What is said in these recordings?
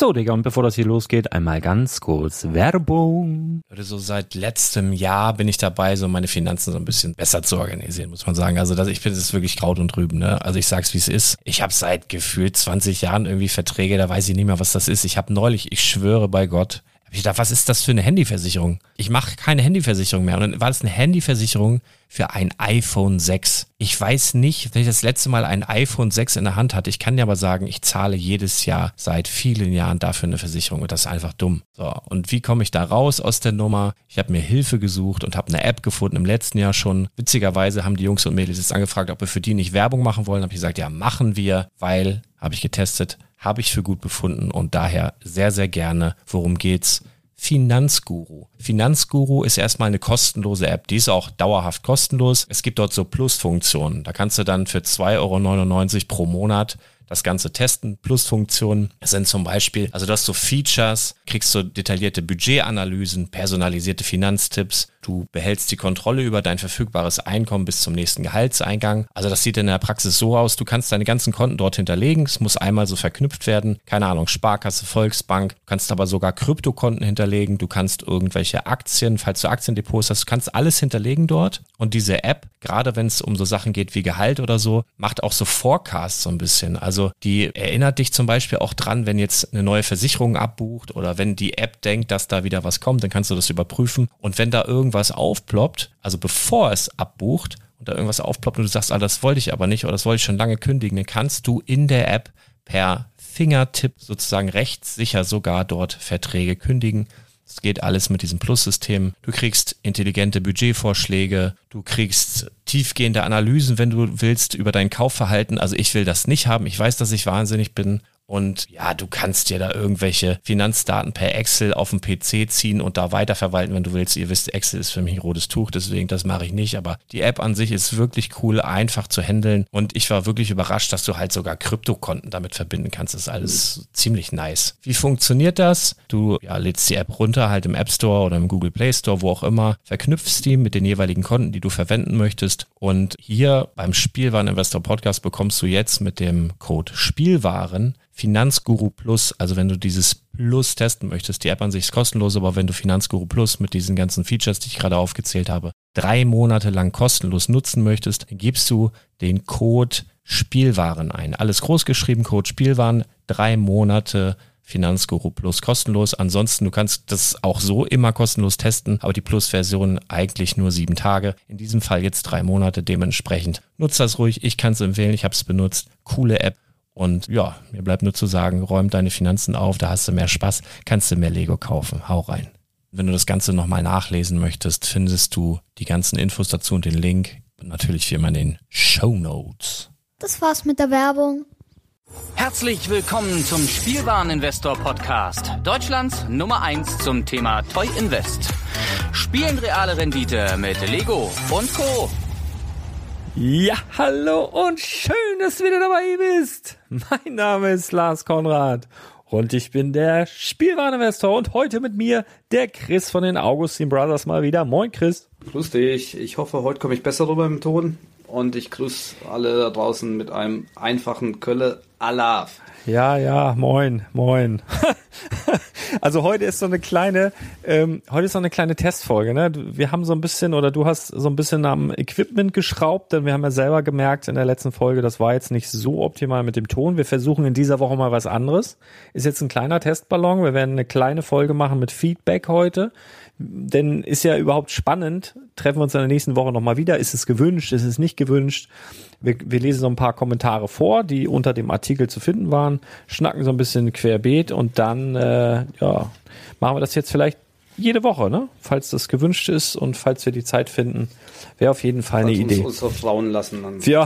So, Digga, und bevor das hier losgeht, einmal ganz kurz Werbung. So seit letztem Jahr bin ich dabei, so meine Finanzen so ein bisschen besser zu organisieren, muss man sagen. Also das ist wirklich Kraut und Rüben, ne? Also ich sag's, wie es ist. Ich habe seit gefühlt 20 Jahren irgendwie Verträge, da weiß ich nicht mehr, was das ist. Ich habe neulich, ich schwöre bei Gott, ich dachte, was ist das für eine Handyversicherung? Ich mache keine Handyversicherung mehr. Und dann war das eine Handyversicherung für ein iPhone 6. Ich weiß nicht, wenn ich das letzte Mal ein iPhone 6 in der Hand hatte. Ich kann dir aber sagen, ich zahle jedes Jahr seit vielen Jahren dafür eine Versicherung. Und das ist einfach dumm. So, und wie komme ich da raus aus der Nummer? Ich habe mir Hilfe gesucht und habe eine App gefunden im letzten Jahr schon. Witzigerweise haben die Jungs und Mädels jetzt angefragt, ob wir für die nicht Werbung machen wollen. Habe ich gesagt, ja, machen wir, weil, habe ich getestet, habe ich für gut befunden und daher sehr, sehr gerne. Worum geht's? Finanzguru. Finanzguru ist erstmal eine kostenlose App. Die ist auch dauerhaft kostenlos. Es gibt dort so Plusfunktionen. Da kannst du dann für 2,99 € pro Monat das Ganze testen. Plusfunktionen sind zum Beispiel, also du hast so Features, kriegst so detaillierte Budgetanalysen, personalisierte Finanztipps, du behältst die Kontrolle über dein verfügbares Einkommen bis zum nächsten Gehaltseingang. Also das sieht in der Praxis so aus, du kannst deine ganzen Konten dort hinterlegen, es muss einmal so verknüpft werden, keine Ahnung, Sparkasse, Volksbank, du kannst aber sogar Kryptokonten hinterlegen, du kannst irgendwelche Aktien, falls du Aktiendepots hast, du kannst alles hinterlegen dort und diese App, gerade wenn es um so Sachen geht wie Gehalt oder so, macht auch so Forecasts so ein bisschen, also die erinnert dich zum Beispiel auch dran, wenn jetzt eine neue Versicherung abbucht oder wenn die App denkt, dass da wieder was kommt, dann kannst du das überprüfen und wenn da irgendwas aufploppt, also bevor es abbucht und da irgendwas aufploppt und du sagst, das wollte ich aber nicht oder das wollte ich schon lange kündigen, dann kannst du in der App per Fingertipp sozusagen rechtssicher sogar dort Verträge kündigen. Das geht alles mit diesem Plus-System. Du kriegst intelligente Budgetvorschläge, du kriegst tiefgehende Analysen, wenn du willst, über dein Kaufverhalten. Also ich will das nicht haben. Ich weiß, dass ich wahnsinnig bin. Und ja, du kannst dir da irgendwelche Finanzdaten per Excel auf dem PC ziehen und da weiterverwalten, wenn du willst. Ihr wisst, Excel ist für mich ein rotes Tuch, deswegen das mache ich nicht. Aber die App an sich ist wirklich cool, einfach zu handeln. Und ich war wirklich überrascht, dass du halt sogar Kryptokonten damit verbinden kannst. Das ist alles ziemlich nice. Wie funktioniert das? Du lädst die App runter, halt im App Store oder im Google Play Store, wo auch immer, verknüpfst die mit den jeweiligen Konten, die du verwenden möchtest. Und hier beim Spielwareninvestor Podcast bekommst du jetzt mit dem Code Spielwaren Finanzguru Plus, also wenn du dieses Plus testen möchtest, die App an sich ist kostenlos, aber wenn du Finanzguru Plus mit diesen ganzen Features, die ich gerade aufgezählt habe, 3 Monate lang kostenlos nutzen möchtest, dann gibst du den Code Spielwaren ein. Alles groß geschrieben, Code Spielwaren, 3 Monate Finanzguru Plus kostenlos. Ansonsten, du kannst das auch so immer kostenlos testen, aber die Plus-Version eigentlich nur 7 Tage. In diesem Fall jetzt 3 Monate, dementsprechend nutzt das ruhig. Ich kann es empfehlen, ich habe es benutzt. Coole App. Und ja, mir bleibt nur zu sagen, räum deine Finanzen auf, da hast du mehr Spaß, kannst du mehr Lego kaufen. Hau rein. Wenn du das Ganze nochmal nachlesen möchtest, findest du die ganzen Infos dazu und den Link. Und natürlich wie immer in den Shownotes. Das war's mit der Werbung. Herzlich willkommen zum Spielwareninvestor Podcast. Deutschlands Nummer 1 zum Thema Toy Invest. Spielen reale Rendite mit Lego und Co. Ja, hallo und schön, dass du wieder dabei bist. Mein Name ist Lars Konrad und ich bin der Spielwareninvestor und heute mit mir der Chris von den Augustin Brothers mal wieder. Moin Chris. Grüß dich. Ich hoffe, heute komme ich besser rüber im Ton und ich grüße alle da draußen mit einem einfachen Kölle Alaf. Ja, moin. Also heute ist so eine kleine Testfolge, ne? Wir haben so ein bisschen, oder du hast so ein bisschen am Equipment geschraubt, denn wir haben ja selber gemerkt in der letzten Folge, das war jetzt nicht so optimal mit dem Ton. Wir versuchen in dieser Woche mal was anderes. Ist jetzt ein kleiner Testballon. Wir werden eine kleine Folge machen mit Feedback heute. Denn ist ja überhaupt spannend, treffen wir uns in der nächsten Woche nochmal wieder, ist es gewünscht, ist es nicht gewünscht, wir lesen so ein paar Kommentare vor, die unter dem Artikel zu finden waren, schnacken so ein bisschen querbeet und dann machen wir das jetzt vielleicht jede Woche, ne? Falls das gewünscht ist und falls wir die Zeit finden, wäre auf jeden Fall eine Idee. Unsere Frauen lassen dann. Ja,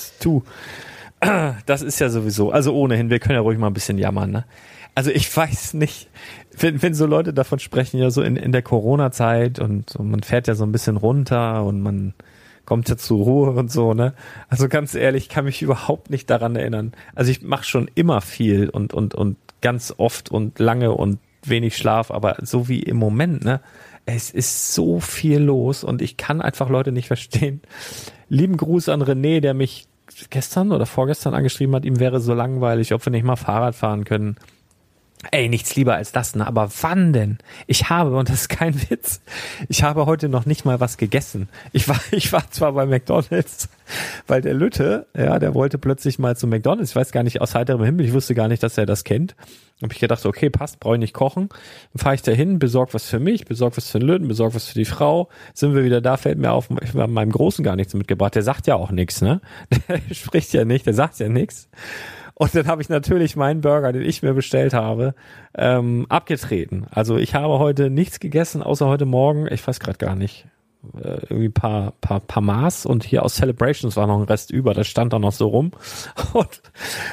das ist ja sowieso, also ohnehin, wir können ja ruhig mal ein bisschen jammern, ne? Also ich weiß nicht, wenn so Leute davon sprechen, ja so in der Corona-Zeit und man fährt ja so ein bisschen runter und man kommt ja zur Ruhe und so, ne? Also ganz ehrlich, ich kann mich überhaupt nicht daran erinnern. Also ich mache schon immer viel und ganz oft und lange und wenig Schlaf, aber so wie im Moment, ne? Es ist so viel los und ich kann einfach Leute nicht verstehen. Lieben Gruß an René, der mich gestern oder vorgestern angeschrieben hat, ihm wäre so langweilig, ob wir nicht mal Fahrrad fahren können. Ey, nichts lieber als das, ne? Aber wann denn? Ich habe, und das ist kein Witz, ich habe heute noch nicht mal was gegessen. Ich war zwar bei McDonald's, weil der Lütte, ja, der wollte plötzlich mal zu McDonald's. Ich weiß gar nicht, aus heiterem Himmel, ich wusste gar nicht, dass er das kennt. Hab ich gedacht, okay, passt, brauche ich nicht kochen. Dann fahre ich da hin, besorg was für mich, besorg was für den Lütten, besorg was für die Frau. Sind wir wieder da, fällt mir auf, ich habe meinem Großen gar nichts mitgebracht. Der sagt ja auch nichts, ne? Der spricht ja nicht, der sagt ja nichts. Und dann habe ich natürlich meinen Burger, den ich mir bestellt habe, abgetreten. Also ich habe heute nichts gegessen, außer heute Morgen, ich weiß gerade gar nicht, irgendwie paar Maß, und hier aus Celebrations war noch ein Rest über, das stand da noch so rum. Und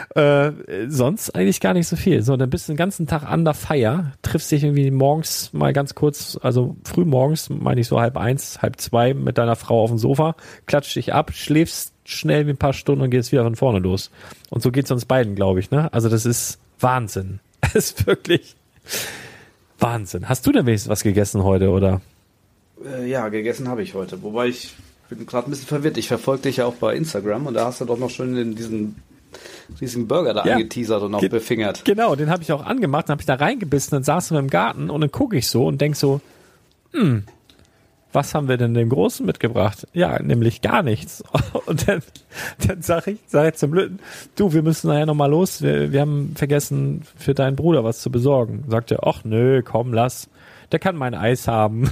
sonst eigentlich gar nicht so viel. So, dann bist du den ganzen Tag an der Feier, triffst dich irgendwie morgens mal ganz kurz, also früh morgens, meine ich so 1:30, 1:30 mit deiner Frau auf dem Sofa, klatscht dich ab, schläfst schnell wie ein paar Stunden und gehst wieder von vorne los. Und so geht's uns beiden, glaube ich, ne? Also das ist Wahnsinn. Das ist wirklich Wahnsinn. Hast du denn wenigstens was gegessen heute, oder? Ja, gegessen habe ich heute. Wobei ich bin gerade ein bisschen verwirrt. Ich verfolge dich ja auch bei Instagram und da hast du doch noch schön diesen riesigen Burger da angeteasert und auch befingert. Genau, den habe ich auch angemacht, dann habe ich da reingebissen, dann saßen wir im Garten und dann gucke ich so und denk so, was haben wir denn dem Großen mitgebracht? Ja, nämlich gar nichts. Und dann sag ich zum Lütten, du, wir müssen nachher nochmal los, wir haben vergessen, für deinen Bruder was zu besorgen. Sagt er, ach nö, komm, lass, der kann mein Eis haben.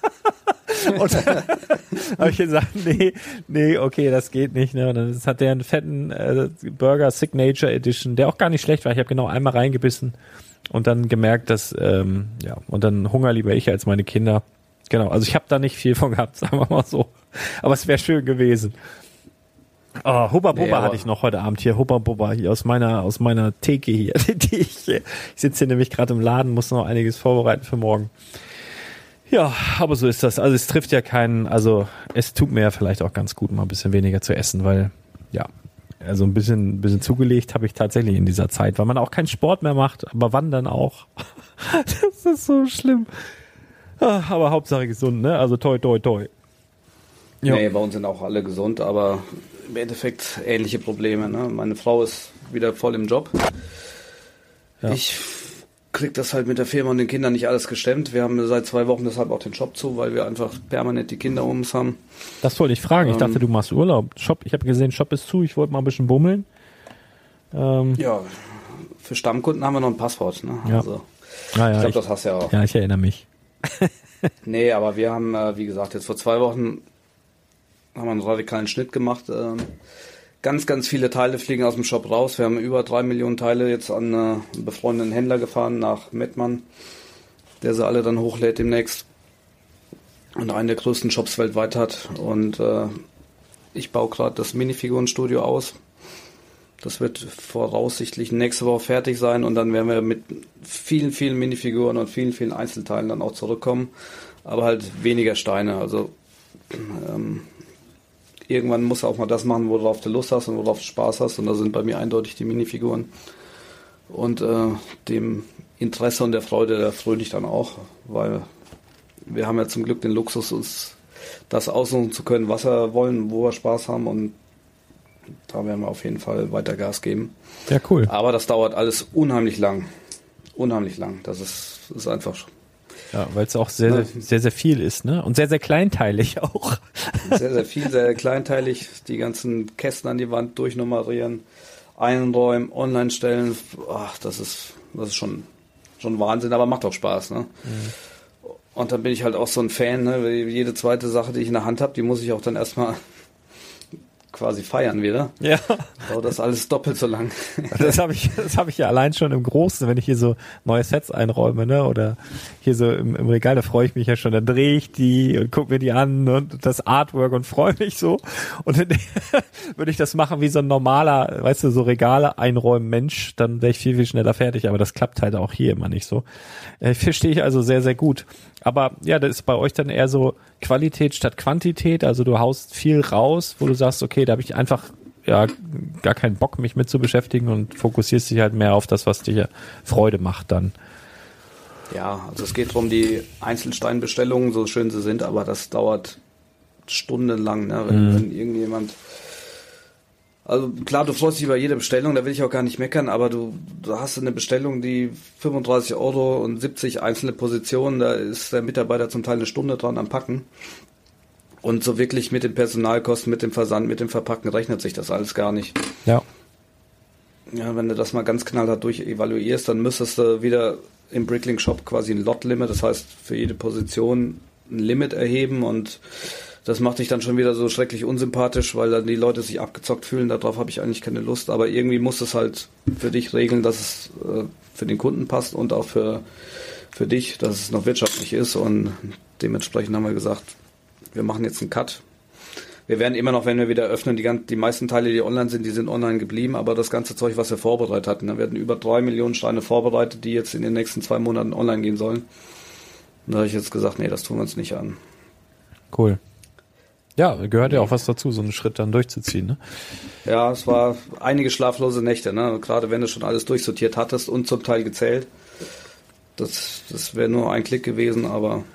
Und dann habe ich gesagt, nee, okay, das geht nicht. Ne? Und dann hat der einen fetten Burger Signature Edition, der auch gar nicht schlecht war. Ich habe genau einmal reingebissen und dann gemerkt, dass, und dann Hunger lieber ich als meine Kinder. Genau, also ich habe da nicht viel von gehabt, sagen wir mal so. Aber es wäre schön gewesen. Oh, Hubba Bubba hatte ich noch heute Abend hier. Hubba Bubba hier aus meiner Theke hier. Ich sitze hier nämlich gerade im Laden, muss noch einiges vorbereiten für morgen. Ja, aber so ist das. Also es trifft ja keinen, also es tut mir ja vielleicht auch ganz gut, mal ein bisschen weniger zu essen, weil, ja, also ein bisschen zugelegt habe ich tatsächlich in dieser Zeit, weil man auch keinen Sport mehr macht, aber Wandern auch. Das ist so schlimm. Aber Hauptsache gesund, ne? Also toi, toi, toi. Ja. Nee, bei uns sind auch alle gesund, aber im Endeffekt ähnliche Probleme, ne? Meine Frau ist wieder voll im Job. Ja. Ich krieg das halt mit der Firma und den Kindern nicht alles gestemmt. Wir haben seit 2 Wochen deshalb auch den Shop zu, weil wir einfach permanent die Kinder um uns haben. Das wollte ich fragen. Ich dachte, du machst Urlaub. Shop, ich habe gesehen, Shop ist zu. Ich wollte mal ein bisschen bummeln. Ja, für Stammkunden haben wir noch ein Passwort. Ne? Ja. Also, ja, ich glaube, das hast du ja auch. Ja, ich erinnere mich. Nee, aber wir haben, wie gesagt, jetzt vor 2 Wochen haben wir einen radikalen Schnitt gemacht. Ganz, ganz viele Teile fliegen aus dem Shop raus. Wir haben über 3 Millionen Teile jetzt an einen befreundeten Händler gefahren nach Mettmann, der sie alle dann hochlädt demnächst und einen der größten Shops weltweit hat. Und ich baue gerade das Minifigurenstudio aus. Das wird voraussichtlich nächste Woche fertig sein und dann werden wir mit vielen, vielen Minifiguren und vielen, vielen Einzelteilen dann auch zurückkommen. Aber halt weniger Steine. Also irgendwann musst du auch mal das machen, worauf du Lust hast und worauf du Spaß hast. Und da sind bei mir eindeutig die Minifiguren. Und dem Interesse und der Freude, der fröne ich dann auch. Weil wir haben ja zum Glück den Luxus, uns das aussuchen zu können, was wir wollen, wo wir Spaß haben. Und da werden wir auf jeden Fall weiter Gas geben. Ja, cool. Aber das dauert alles unheimlich lang. Unheimlich lang. Das ist einfach... Ja, weil es auch sehr, sehr viel ist, ne? Und sehr, sehr kleinteilig auch. Sehr, sehr viel, sehr kleinteilig. Die ganzen Kästen an die Wand durchnummerieren, einräumen, online stellen. Ach, das ist schon Wahnsinn, aber macht auch Spaß, ne? Mhm. Und dann bin ich halt auch so ein Fan, ne? Jede zweite Sache, die ich in der Hand habe, die muss ich auch dann erstmal quasi feiern wieder. Ja. Dauert das alles doppelt so lang. Das habe ich ja allein schon im Großen, wenn ich hier so neue Sets einräume, ne? Oder hier so im Regal, da freue ich mich ja schon. Dann drehe ich die und gucke mir die an und das Artwork und freue mich so. Und dann würde ich das machen wie so ein normaler, weißt du, so Regale einräumen Mensch, dann wäre ich viel, viel schneller fertig. Aber das klappt halt auch hier immer nicht so. Verstehe ich also sehr, sehr gut. Aber ja, das ist bei euch dann eher so Qualität statt Quantität. Also du haust viel raus, wo du sagst, okay, da habe ich einfach ja gar keinen Bock, mich mit zu beschäftigen und fokussierst dich halt mehr auf das, was dir Freude macht dann. Ja, also es geht darum, die Einzelsteinbestellungen, so schön sie sind, aber das dauert stundenlang, ne? Wenn irgendjemand, Also klar, du freust dich über jede Bestellung, da will ich auch gar nicht meckern, aber du hast eine Bestellung, die 35 € und 70 einzelne Positionen, da ist der Mitarbeiter zum Teil eine Stunde dran am Packen. Und so wirklich mit den Personalkosten, mit dem Versand, mit dem Verpacken rechnet sich das alles gar nicht. Ja. Ja, wenn du das mal ganz knallhart durchevaluierst, dann müsstest du wieder im Bricklink Shop quasi ein Lot-Limit, das heißt für jede Position ein Limit erheben und das macht dich dann schon wieder so schrecklich unsympathisch, weil dann die Leute sich abgezockt fühlen, darauf habe ich eigentlich keine Lust, aber irgendwie musst du es halt für dich regeln, dass es für den Kunden passt und auch für dich, dass es noch wirtschaftlich ist und dementsprechend haben wir gesagt, wir machen jetzt einen Cut. Wir werden immer noch, wenn wir wieder öffnen, die meisten Teile, die online sind, die sind online geblieben, aber das ganze Zeug, was wir vorbereitet hatten, da werden über 3 Millionen Steine vorbereitet, die jetzt in den nächsten 2 Monaten online gehen sollen. Und da habe ich jetzt gesagt, nee, das tun wir uns nicht an. Cool. Ja, gehört ja auch was dazu, so einen Schritt dann durchzuziehen, ne? Ja, es war einige schlaflose Nächte, ne? Gerade wenn du schon alles durchsortiert hattest und zum Teil gezählt. Das wäre nur ein Klick gewesen, aber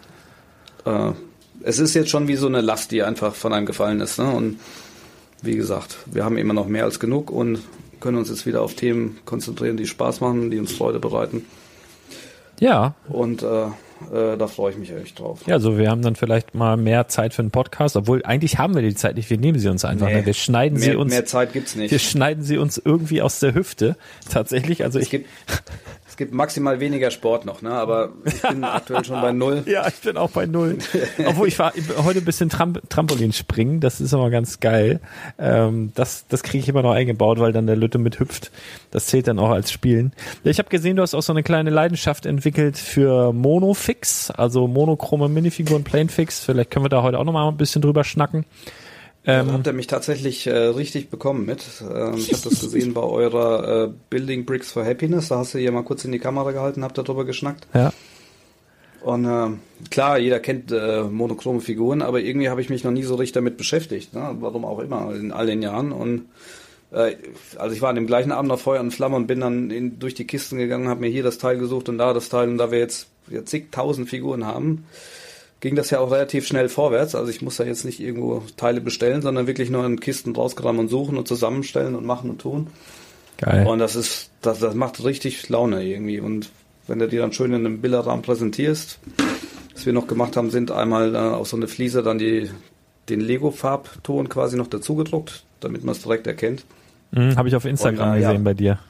es ist jetzt schon wie so eine Last, die einfach von einem gefallen ist, ne? Und wie gesagt, wir haben immer noch mehr als genug und können uns jetzt wieder auf Themen konzentrieren, die Spaß machen, die uns Freude bereiten. Ja. Und da freue ich mich echt drauf. Ja, also wir haben dann vielleicht mal mehr Zeit für einen Podcast, obwohl eigentlich haben wir die Zeit nicht, wir nehmen sie uns einfach. Nee, wir schneiden sie uns. Mehr Zeit gibt's nicht. Wir schneiden sie uns irgendwie aus der Hüfte. Tatsächlich, also es gibt maximal weniger Sport noch, ne? Aber ich bin aktuell schon bei 0. Ja, ich bin auch bei 0. Obwohl ich war heute ein bisschen Trampolin springen, das ist aber ganz geil. Das kriege ich immer noch eingebaut, weil dann der Lütte mithüpft. Das zählt dann auch als Spielen. Ja, ich habe gesehen, du hast auch so eine kleine Leidenschaft entwickelt für Monofix, also monochrome Minifiguren, Planefix. Vielleicht können wir da heute auch noch mal ein bisschen drüber schnacken. Habt ihr mich tatsächlich richtig bekommen mit. Ich habe das gesehen bei eurer Building Bricks for Happiness. Da hast du hier mal kurz in die Kamera gehalten, habt darüber geschnackt. Ja. Und klar, jeder kennt monochrome Figuren, aber irgendwie habe ich mich noch nie so richtig damit beschäftigt. Ne? Warum auch immer, in all den Jahren. Und also ich war an dem gleichen Abend noch Feuer und Flamme und bin dann durch die Kisten gegangen, habe mir hier das Teil gesucht und da das Teil. Und da wir jetzt zigtausend Figuren haben, ging das ja auch relativ schnell vorwärts. Also ich muss da jetzt nicht irgendwo Teile bestellen, sondern wirklich nur in Kisten rauskramen und suchen und zusammenstellen und machen und tun. Geil. Und das macht richtig Laune irgendwie. Und wenn du die dann schön in einem Bilderrahmen präsentierst, was wir noch gemacht haben, sind einmal auf so eine Fliese dann den Lego-Farbton quasi noch dazu gedruckt, damit man es direkt erkennt. Habe ich auf Instagram gesehen bei dir.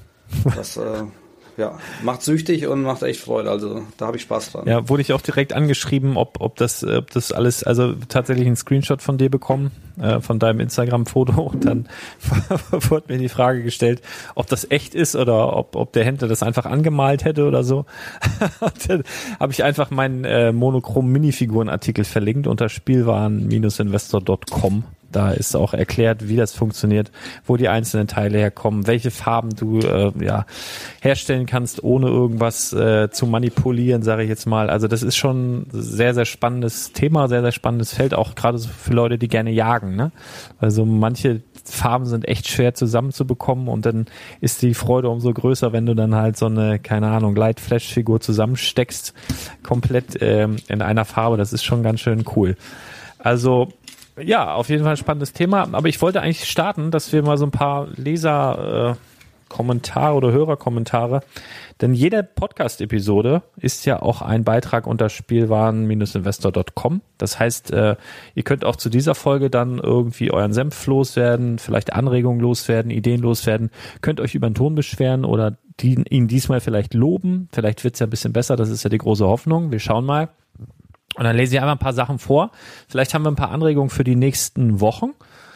Das macht süchtig und macht echt Freude, also da habe ich Spaß dran. Ja, wurde ich auch direkt angeschrieben, ob das alles, also tatsächlich einen Screenshot von dir bekommen, von deinem Instagram-Foto und dann wurde mir die Frage gestellt, ob das echt ist oder ob der Händler das einfach angemalt hätte oder so. Und dann habe ich einfach meinen Monochrom-Minifiguren-Artikel verlinkt unter spielwaren-investor.com. Da ist auch erklärt, wie das funktioniert, wo die einzelnen Teile herkommen, welche Farben du herstellen kannst, ohne irgendwas zu manipulieren, sage ich jetzt mal. Also das ist schon ein sehr, sehr spannendes Thema, sehr, sehr spannendes Feld, auch gerade so für Leute, die gerne jagen, ne? Also manche Farben sind echt schwer zusammenzubekommen und dann ist die Freude umso größer, wenn du dann halt so eine, keine Ahnung, Light-Flash-Figur zusammensteckst, komplett in einer Farbe. Das ist schon ganz schön cool. Also ja, auf jeden Fall ein spannendes Thema, aber ich wollte eigentlich starten, dass wir mal so ein paar Leser-Kommentare oder Hörerkommentare, denn jede Podcast-Episode ist ja auch ein Beitrag unter spielwaren-investor.com. Das heißt, ihr könnt auch zu dieser Folge dann irgendwie euren Senf loswerden, vielleicht Anregungen loswerden, Ideen loswerden, könnt euch über den Ton beschweren oder ihn diesmal vielleicht loben. Vielleicht wird's ja ein bisschen besser, das ist ja die große Hoffnung. Wir schauen mal. Und dann lese ich einfach ein paar Sachen vor. Vielleicht haben wir ein paar Anregungen für die nächsten Wochen.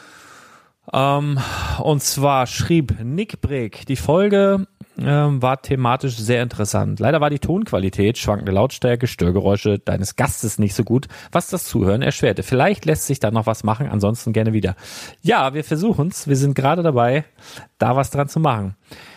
Und zwar schrieb Nick Brick, die Folge war thematisch sehr interessant. Leider war die Tonqualität, schwankende Lautstärke, Störgeräusche deines Gastes nicht so gut, was das Zuhören erschwerte. Vielleicht lässt sich da noch was machen, ansonsten gerne wieder. Ja, wir versuchen's. Wir sind gerade dabei, da was dran zu machen.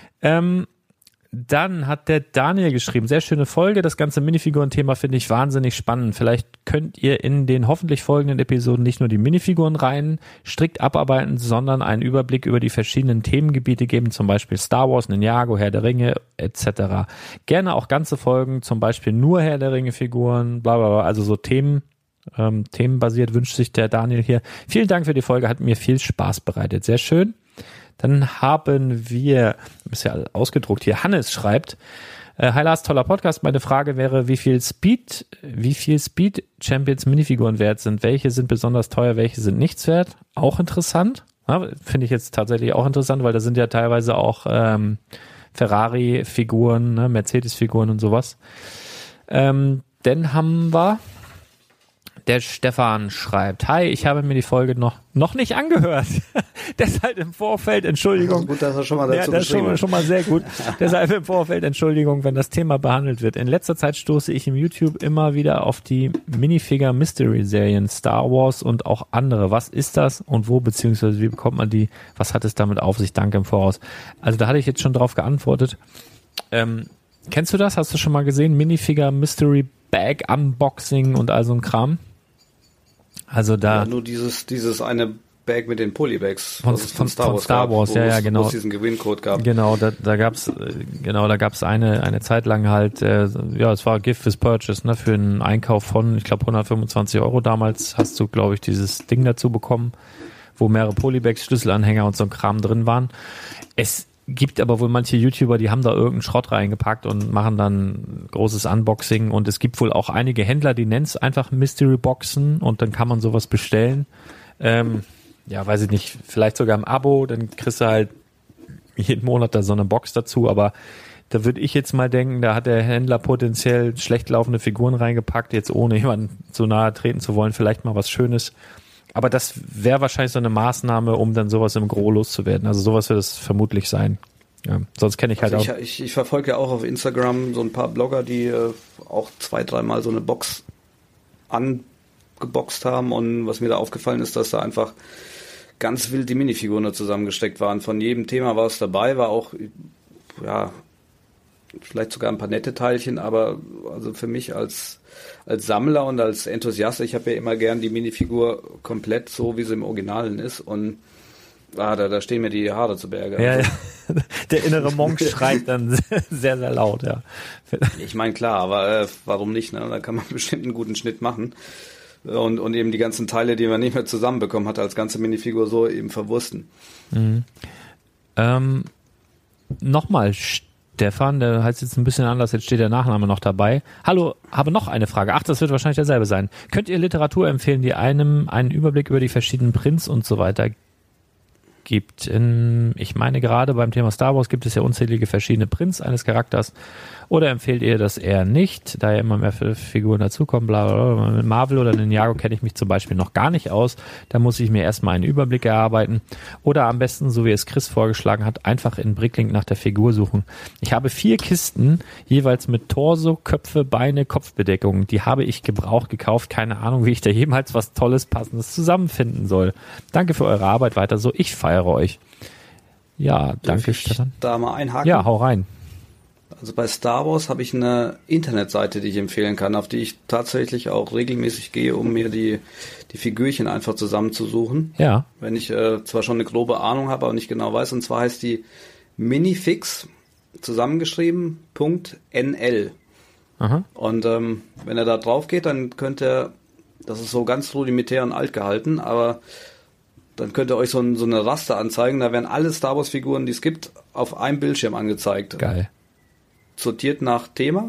Dann hat der Daniel geschrieben, sehr schöne Folge, das ganze Minifiguren-Thema finde ich wahnsinnig spannend. Vielleicht könnt ihr in den hoffentlich folgenden Episoden nicht nur die Minifigurenreihen strikt abarbeiten, sondern einen Überblick über die verschiedenen Themengebiete geben, zum Beispiel Star Wars, Ninjago, Herr der Ringe etc. Gerne auch ganze Folgen, zum Beispiel nur Herr der Ringe-Figuren, bla bla bla, also so themenbasiert wünscht sich der Daniel hier. Vielen Dank für die Folge, hat mir viel Spaß bereitet, sehr schön. Dann haben wir, ist ja ausgedruckt hier, Hannes schreibt, hi Lars, toller Podcast. Meine Frage wäre, wie viel Speed Champions Minifiguren wert sind? Welche sind besonders teuer, welche sind nichts wert? Auch interessant. Ja, finde ich jetzt tatsächlich auch interessant, weil da sind ja teilweise auch Ferrari-Figuren, ne, Mercedes-Figuren und sowas. Dann haben wir, der Stefan schreibt, hi, ich habe mir die Folge noch nicht angehört. Deshalb im Vorfeld, Entschuldigung. Das ist gut, dass er schon mal dazu das ist schon mal sehr gut. Deshalb im Vorfeld, Entschuldigung, wenn das Thema behandelt wird. In letzter Zeit stoße ich im YouTube immer wieder auf die Minifigure Mystery Serien, Star Wars und auch andere. Was ist das und wo, beziehungsweise wie bekommt man die? Was hat es damit auf sich? Danke im Voraus. Also da hatte ich jetzt schon drauf geantwortet. Kennst du das? Hast du schon mal gesehen? Minifigure Mystery Bag Unboxing und all so ein Kram? Also da. Ja, nur dieses eine Bag mit den Polybags von Star Wars, ja, genau. Wo es diesen Gewinncode gab. Genau, da gab's eine Zeit lang halt, es war Gift with Purchase, ne, für einen Einkauf von, ich glaube, 125 € damals hast du, glaube ich, dieses Ding dazu bekommen, wo mehrere Polybags, Schlüsselanhänger und so ein Kram drin waren. Es gibt aber wohl manche YouTuber, die haben da irgendeinen Schrott reingepackt und machen dann großes Unboxing, und es gibt wohl auch einige Händler, die nennen es einfach Mystery Boxen, und dann kann man sowas bestellen. Weiß ich nicht, vielleicht sogar im Abo, dann kriegst du halt jeden Monat da so eine Box dazu, aber da würde ich jetzt mal denken, da hat der Händler potenziell schlecht laufende Figuren reingepackt, jetzt ohne jemanden zu nahe treten zu wollen, vielleicht mal was Schönes. Aber das wäre wahrscheinlich so eine Maßnahme, um dann sowas im Gros loszuwerden. Also sowas wird es vermutlich sein. Ja, sonst kenne ich halt also auch. Ich verfolge ja auch auf Instagram so ein paar Blogger, die auch 2-3 Mal so eine Box angeboxt haben, und was mir da aufgefallen ist, dass da einfach ganz wild die Minifiguren da zusammengesteckt waren. Von jedem Thema war es dabei, war auch, ja, vielleicht sogar ein paar nette Teilchen, aber also für mich als Sammler und als Enthusiast, ich habe ja immer gern die Minifigur komplett so, wie sie im Originalen ist, und da stehen mir die Haare zu Berge. Ja, also. ja. Der innere Monk schreit dann sehr, sehr laut, ja. Ich meine, klar, aber warum nicht, ne? Da kann man bestimmt einen guten Schnitt machen. Und eben die ganzen Teile, die man nicht mehr zusammenbekommen hat, als ganze Minifigur so eben verwursten. Mhm. Nochmal, Stefan, der heißt jetzt ein bisschen anders, jetzt steht der Nachname noch dabei. Hallo, habe noch eine Frage. Ach, das wird wahrscheinlich derselbe sein. Könnt ihr Literatur empfehlen, die einem einen Überblick über die verschiedenen Prints und so weiter gibt? Ich meine, gerade beim Thema Star Wars gibt es ja unzählige verschiedene Prints eines Charakters. Oder empfehlt ihr das eher nicht, da ja immer mehr Figuren dazukommen, bla bla bla. Mit Marvel oder Ninjago kenne ich mich zum Beispiel noch gar nicht aus. Da muss ich mir erstmal einen Überblick erarbeiten. Oder am besten, so wie es Chris vorgeschlagen hat, einfach in Bricklink nach der Figur suchen. Ich habe 4 Kisten, jeweils mit Torso, Köpfe, Beine, Kopfbedeckung. Die habe ich gebraucht gekauft. Keine Ahnung, wie ich da jemals was Tolles, Passendes zusammenfinden soll. Danke für eure Arbeit weiter so. Ich feiere euch. Ja, danke, Stefan. Da mal einhaken? Ja, hau rein. Also bei Star Wars habe ich eine Internetseite, die ich empfehlen kann, auf die ich tatsächlich auch regelmäßig gehe, um mir die Figürchen einfach zusammenzusuchen. Ja. Wenn ich zwar schon eine grobe Ahnung habe, aber nicht genau weiß. Und zwar heißt die Minifix, zusammengeschrieben, .nl. Aha. Und wenn er da drauf geht, dann könnt ihr, das ist so ganz rudimentär und alt gehalten, aber dann könnt ihr euch so eine Raster anzeigen. Da werden alle Star Wars Figuren, die es gibt, auf einem Bildschirm angezeigt. Geil. Sortiert nach Thema,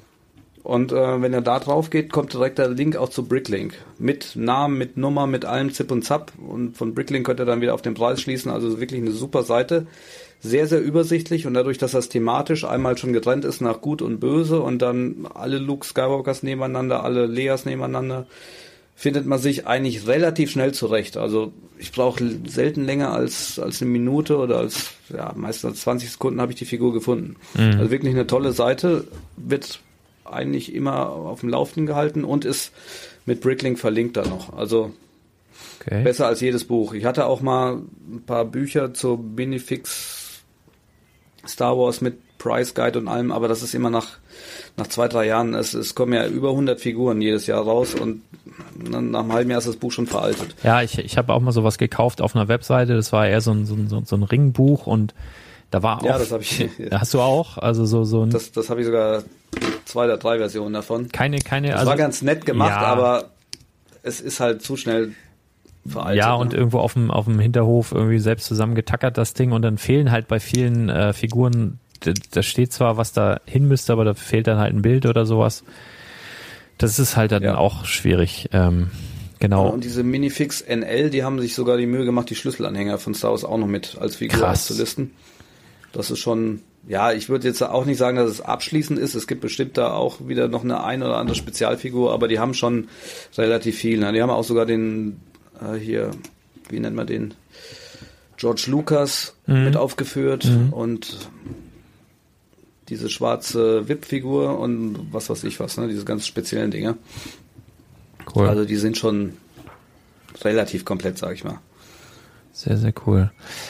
und wenn ihr da drauf geht, kommt direkt der Link auch zu Bricklink. Mit Namen, mit Nummer, mit allem Zip und Zap, und von Bricklink könnt ihr dann wieder auf den Preis schließen. Also wirklich eine super Seite. Sehr, sehr übersichtlich, und dadurch, dass das thematisch einmal schon getrennt ist nach Gut und Böse und dann alle Luke Skywalkers nebeneinander, alle Leas nebeneinander, findet man sich eigentlich relativ schnell zurecht. Also ich brauche selten länger als eine Minute oder meistens als 20 Sekunden habe ich die Figur gefunden. Mhm. Also wirklich eine tolle Seite, wird eigentlich immer auf dem Laufenden gehalten und ist mit Bricklink verlinkt da noch. Also besser als jedes Buch. Ich hatte auch mal ein paar Bücher zur Minifix Star Wars mit Price Guide und allem, aber das ist immer nach 2-3 Jahren, es kommen ja über 100 Figuren jedes Jahr raus, und dann nach einem halben Jahr ist das Buch schon veraltet. Ja, ich habe auch mal sowas gekauft auf einer Webseite, das war eher so ein Ringbuch, und da war auch... Ja, das habe ich... Hast du auch? Also so ein... Das habe ich sogar 2 oder 3 Versionen davon. Keine. Das also, war ganz nett gemacht, ja. Aber es ist halt zu schnell veraltet. Ja, und irgendwo auf dem Hinterhof irgendwie selbst zusammengetackert das Ding und dann fehlen halt bei vielen Figuren, da steht zwar, was da hin müsste, aber da fehlt dann halt ein Bild oder sowas. Das ist halt dann auch schwierig. Genau. Und diese Minifix NL, die haben sich sogar die Mühe gemacht, die Schlüsselanhänger von Star Wars auch noch mit als Figur auszulisten. Das ist schon, ja, ich würde jetzt auch nicht sagen, dass es abschließend ist. Es gibt bestimmt da auch wieder noch eine oder andere Spezialfigur, aber die haben schon relativ viel. Ne? Die haben auch sogar den, hier, wie nennt man den? George Lucas mit aufgeführt und diese schwarze VIP-Figur und was weiß ich was, ne? Diese ganz speziellen Dinge. Cool. Also die sind schon relativ komplett, sag ich mal. Sehr, sehr cool.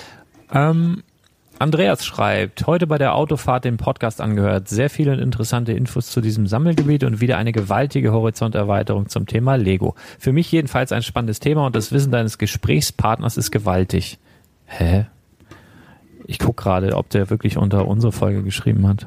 Andreas schreibt, heute bei der Autofahrt den Podcast angehört, sehr viele interessante Infos zu diesem Sammelgebiet und wieder eine gewaltige Horizonterweiterung zum Thema Lego. Für mich jedenfalls ein spannendes Thema und das Wissen deines Gesprächspartners ist gewaltig. Hä? Ich guck gerade, ob der wirklich unter unsere Folge geschrieben hat.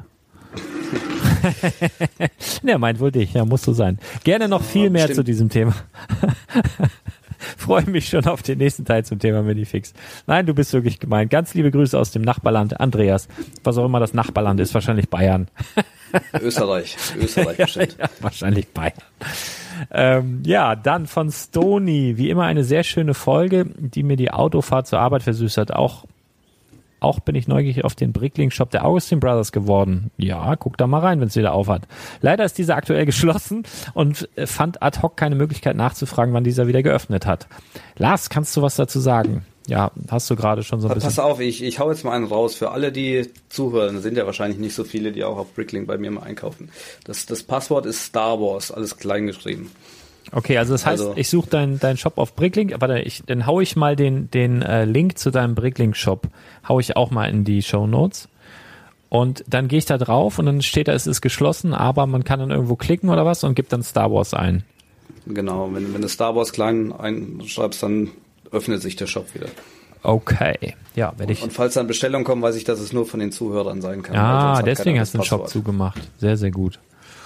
Der meint wohl dich, ja, muss so sein. Gerne noch viel mehr zu diesem Thema. Freue mich schon auf den nächsten Teil zum Thema Minifix. Nein, du bist wirklich gemein. Ganz liebe Grüße aus dem Nachbarland, Andreas. Was auch immer das Nachbarland ist, wahrscheinlich Bayern. Österreich bestimmt. Ja, wahrscheinlich Bayern. Ja, dann von Stony. Wie immer eine sehr schöne Folge, die mir die Autofahrt zur Arbeit versüßt hat. Auch bin ich neugierig auf den Bricklink-Shop der Augustin Brothers geworden. Ja, guck da mal rein, wenn es wieder auf hat. Leider ist dieser aktuell geschlossen und fand ad hoc keine Möglichkeit nachzufragen, wann dieser wieder geöffnet hat. Lars, kannst du was dazu sagen? Ja, hast du gerade schon so ein bisschen... Pass auf, ich hau jetzt mal einen raus. Für alle, die zuhören, sind ja wahrscheinlich nicht so viele, die auch auf Bricklink bei mir mal einkaufen. Das Passwort ist Star Wars, alles klein geschrieben. Okay, also das heißt, ich suche deinen Shop auf Bricklink, aber dann hau ich mal den Link zu deinem Bricklink-Shop, hau ich auch mal in die Shownotes und dann gehe ich da drauf und dann steht da, es ist geschlossen, aber man kann dann irgendwo klicken oder was und gibt dann Star Wars ein. Genau, wenn du Star Wars klein einschreibst, dann öffnet sich der Shop wieder. Okay, ja, werde ich. Und falls dann Bestellungen kommen, weiß ich, dass es nur von den Zuhörern sein kann. Ah, deswegen hast du den Shop zugemacht. Sehr, sehr gut.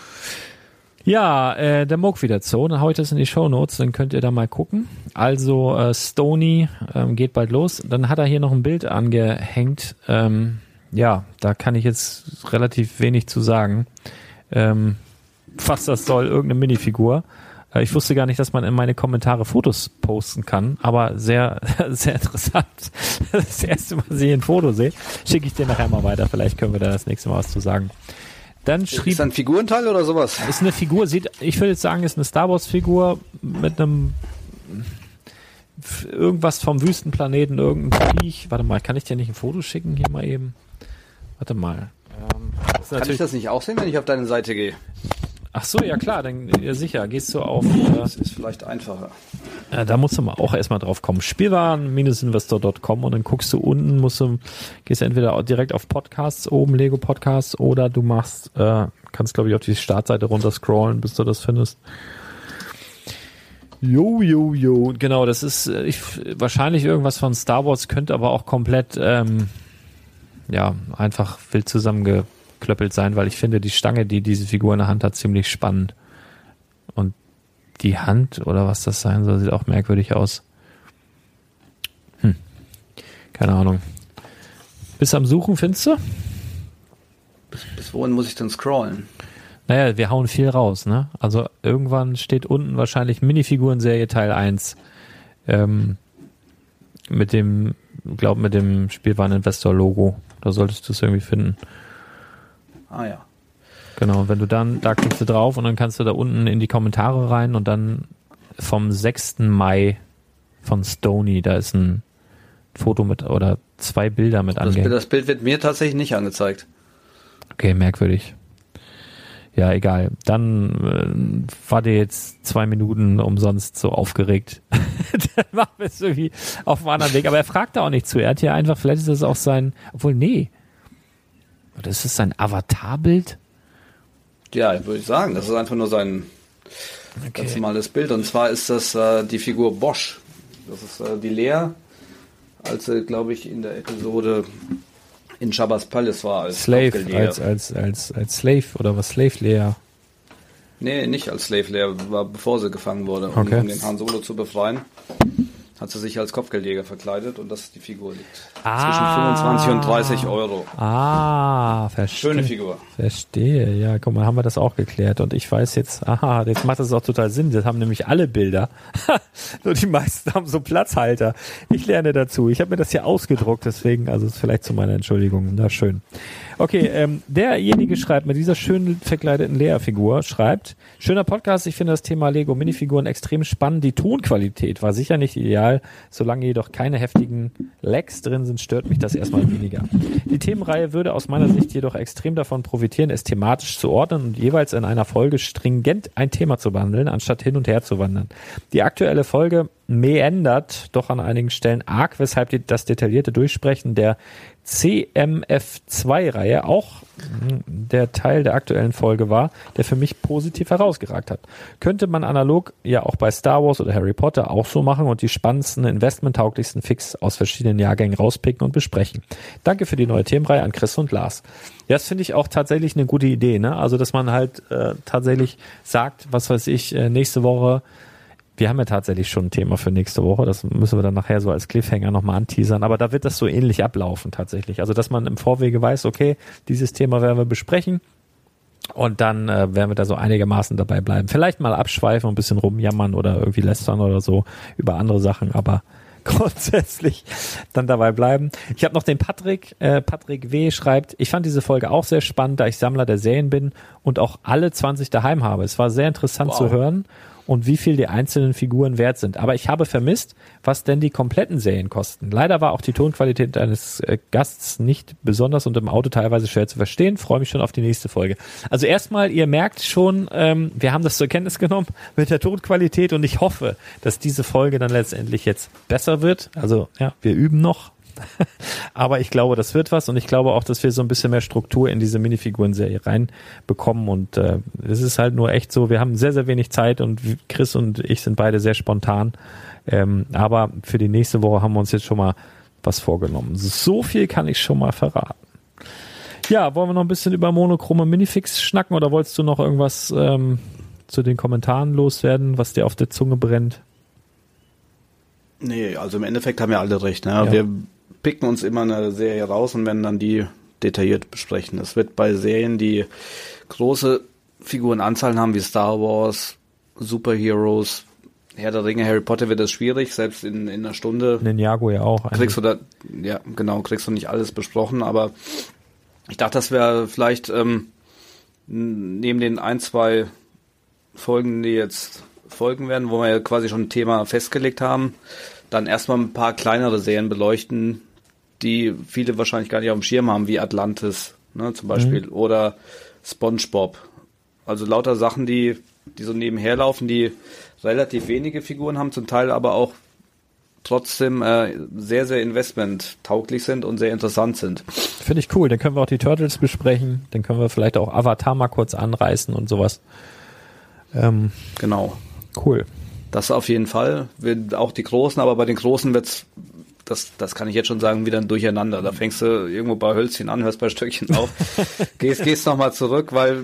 Ja, der Moog wieder Zoo, dann hau ich das in die Shownotes, dann könnt ihr da mal gucken. Also Stony geht bald los. Dann hat er hier noch ein Bild angehängt. Ja, da kann ich jetzt relativ wenig zu sagen. Was das soll, irgendeine Minifigur. Ich wusste gar nicht, dass man in meine Kommentare Fotos posten kann, aber sehr, sehr interessant. Das erste Mal, dass ich ein Foto sehe, schicke ich dir nachher mal weiter. Vielleicht können wir da das nächste Mal was zu sagen. Dann schrieb, ist das ein Figurenteil oder sowas? Ist eine Figur, ich würde jetzt sagen, ist eine Star Wars Figur mit einem irgendwas vom Wüstenplaneten, irgendein Viech. Warte mal, kann ich dir nicht ein Foto schicken hier mal eben? Warte mal. Kann ich das nicht auch sehen, wenn ich auf deine Seite gehe? Ach so, ja klar, dann ja, sicher, gehst du auf... das ist vielleicht einfacher. Da musst du mal auch erstmal drauf kommen. Spielwaren-investor.com und dann guckst du unten, gehst entweder direkt auf Podcasts oben, Lego Podcasts, oder du machst, kannst glaube ich auf die Startseite runter scrollen, bis du das findest. Jo. Genau, das ist wahrscheinlich irgendwas von Star Wars, könnte aber auch komplett, einfach wild zusammengeklöppelt sein, weil ich finde, die Stange, die diese Figur in der Hand hat, ziemlich spannend. Und die Hand oder was das sein soll, sieht auch merkwürdig aus. Keine Ahnung. Bist du am Suchen, findest du? Bis wohin muss ich denn scrollen? Naja, wir hauen viel raus, ne? Also irgendwann steht unten wahrscheinlich Minifiguren-Serie Teil 1. Mit dem Spielwareninvestor-Logo. Da solltest du es irgendwie finden. Ah ja. Genau, wenn du dann, da klickst du drauf und dann kannst du da unten in die Kommentare rein und dann vom 6. Mai von Stony, da ist ein Foto mit oder 2 Bilder mit angehängt. Das Bild wird mir tatsächlich nicht angezeigt. Okay, merkwürdig. Ja, egal. Dann war der jetzt 2 Minuten umsonst so aufgeregt. Dann machen wir es irgendwie auf einem anderen Weg. Aber er fragt da auch nicht zu. Er hat hier einfach, vielleicht ist das auch sein, obwohl, nee. Oder ist das sein Avatarbild? Ja, würde ich sagen. Das ist einfach nur sein ganz normales Bild. Und zwar ist das die Figur Bosch. Das ist die Lea, als sie, glaube ich, in der Episode in Jabba's Palace war. Als Slave, als Slave oder was? Slave Lea? Nee, nicht als Slave Lea, war bevor sie gefangen wurde, um den Han Solo zu befreien. hat sie sich als Kopfgeldjäger verkleidet und das ist die Figur liegt. Zwischen 25 und 30 Euro. Verstehe. Schöne Figur. Verstehe, ja, guck mal, haben wir das auch geklärt. Und ich weiß jetzt, jetzt macht das auch total Sinn. Das haben nämlich alle Bilder. Nur die meisten haben so Platzhalter. Ich lerne dazu. Ich habe mir das hier ausgedruckt, deswegen, also ist vielleicht zu meiner Entschuldigung. Na schön. Okay, derjenige schreibt mit dieser schön verkleideten Lea-Figur, schreibt, schöner Podcast, ich finde das Thema Lego Minifiguren extrem spannend. Die Tonqualität war sicher nicht ideal, solange jedoch keine heftigen Lags drin sind, stört mich das erstmal weniger. Die Themenreihe würde aus meiner Sicht jedoch extrem davon profitieren, es thematisch zu ordnen und jeweils in einer Folge stringent ein Thema zu behandeln, anstatt hin und her zu wandern. Die aktuelle Folge meandert doch an einigen Stellen arg, weshalb das detaillierte Durchsprechen der CMF2-Reihe auch der Teil der aktuellen Folge war, der für mich positiv herausgeragt hat. Könnte man analog ja auch bei Star Wars oder Harry Potter auch so machen und die spannendsten, investmenttauglichsten Fix aus verschiedenen Jahrgängen rauspicken und besprechen. Danke für die neue Themenreihe an Chris und Lars. Ja, das finde ich auch tatsächlich eine gute Idee, ne? Also, dass man halt tatsächlich sagt, was weiß ich, nächste Woche. Wir haben ja tatsächlich schon ein Thema für nächste Woche, das müssen wir dann nachher so als Cliffhanger nochmal anteasern, aber da wird das so ähnlich ablaufen tatsächlich. Also, dass man im Vorwege weiß, okay, dieses Thema werden wir besprechen und dann werden wir da so einigermaßen dabei bleiben. Vielleicht mal abschweifen und ein bisschen rumjammern oder irgendwie lästern oder so über andere Sachen, aber grundsätzlich dann dabei bleiben. Ich habe noch den Patrick W. schreibt, ich fand diese Folge auch sehr spannend, da ich Sammler der Serien bin und auch alle 20 daheim habe. Es war sehr interessant zu hören und wie viel die einzelnen Figuren wert sind. Aber ich habe vermisst, was denn die kompletten Serien kosten. Leider war auch die Tonqualität eines Gasts nicht besonders und im Auto teilweise schwer zu verstehen. Freue mich schon auf die nächste Folge. Also erstmal, ihr merkt schon, wir haben das zur Kenntnis genommen mit der Tonqualität und ich hoffe, dass diese Folge dann letztendlich jetzt besser wird. Also ja, wir üben noch. Aber ich glaube, das wird was und ich glaube auch, dass wir so ein bisschen mehr Struktur in diese Minifiguren-Serie reinbekommen und es ist halt nur echt so, wir haben sehr, sehr wenig Zeit und Chris und ich sind beide sehr spontan, aber für die nächste Woche haben wir uns jetzt schon mal was vorgenommen. So viel kann ich schon mal verraten. Ja, wollen wir noch ein bisschen über monochrome Minifix schnacken oder wolltest du noch irgendwas zu den Kommentaren loswerden, was dir auf der Zunge brennt? Nee, also im Endeffekt haben ja alle recht. Ne? Ja. Wir picken uns immer eine Serie raus und werden dann die detailliert besprechen. Es wird bei Serien, die große Figurenanzahlen haben, wie Star Wars, Superheroes, Herr der Ringe, Harry Potter, wird das schwierig, selbst in einer Stunde. Ninjago ja auch. Kriegst du nicht alles besprochen, aber ich dachte, das wäre vielleicht neben den 1-2 Folgen, die jetzt folgen werden, wo wir ja quasi schon ein Thema festgelegt haben, dann erstmal ein paar kleinere Serien beleuchten, die viele wahrscheinlich gar nicht auf dem Schirm haben, wie Atlantis, ne, zum Beispiel, oder SpongeBob. Also lauter Sachen, die so nebenher laufen, die relativ wenige Figuren haben, zum Teil aber auch trotzdem sehr, sehr investmenttauglich sind und sehr interessant sind. Finde ich cool, dann können wir auch die Turtles besprechen, dann können wir vielleicht auch Avatar mal kurz anreißen und sowas. Genau. Cool. Das auf jeden Fall, auch die Großen, aber bei den Großen wird's, das kann ich jetzt schon sagen, wieder ein Durcheinander. Da fängst du irgendwo bei Hölzchen an, hörst bei Stöckchen auf, gehst nochmal zurück, weil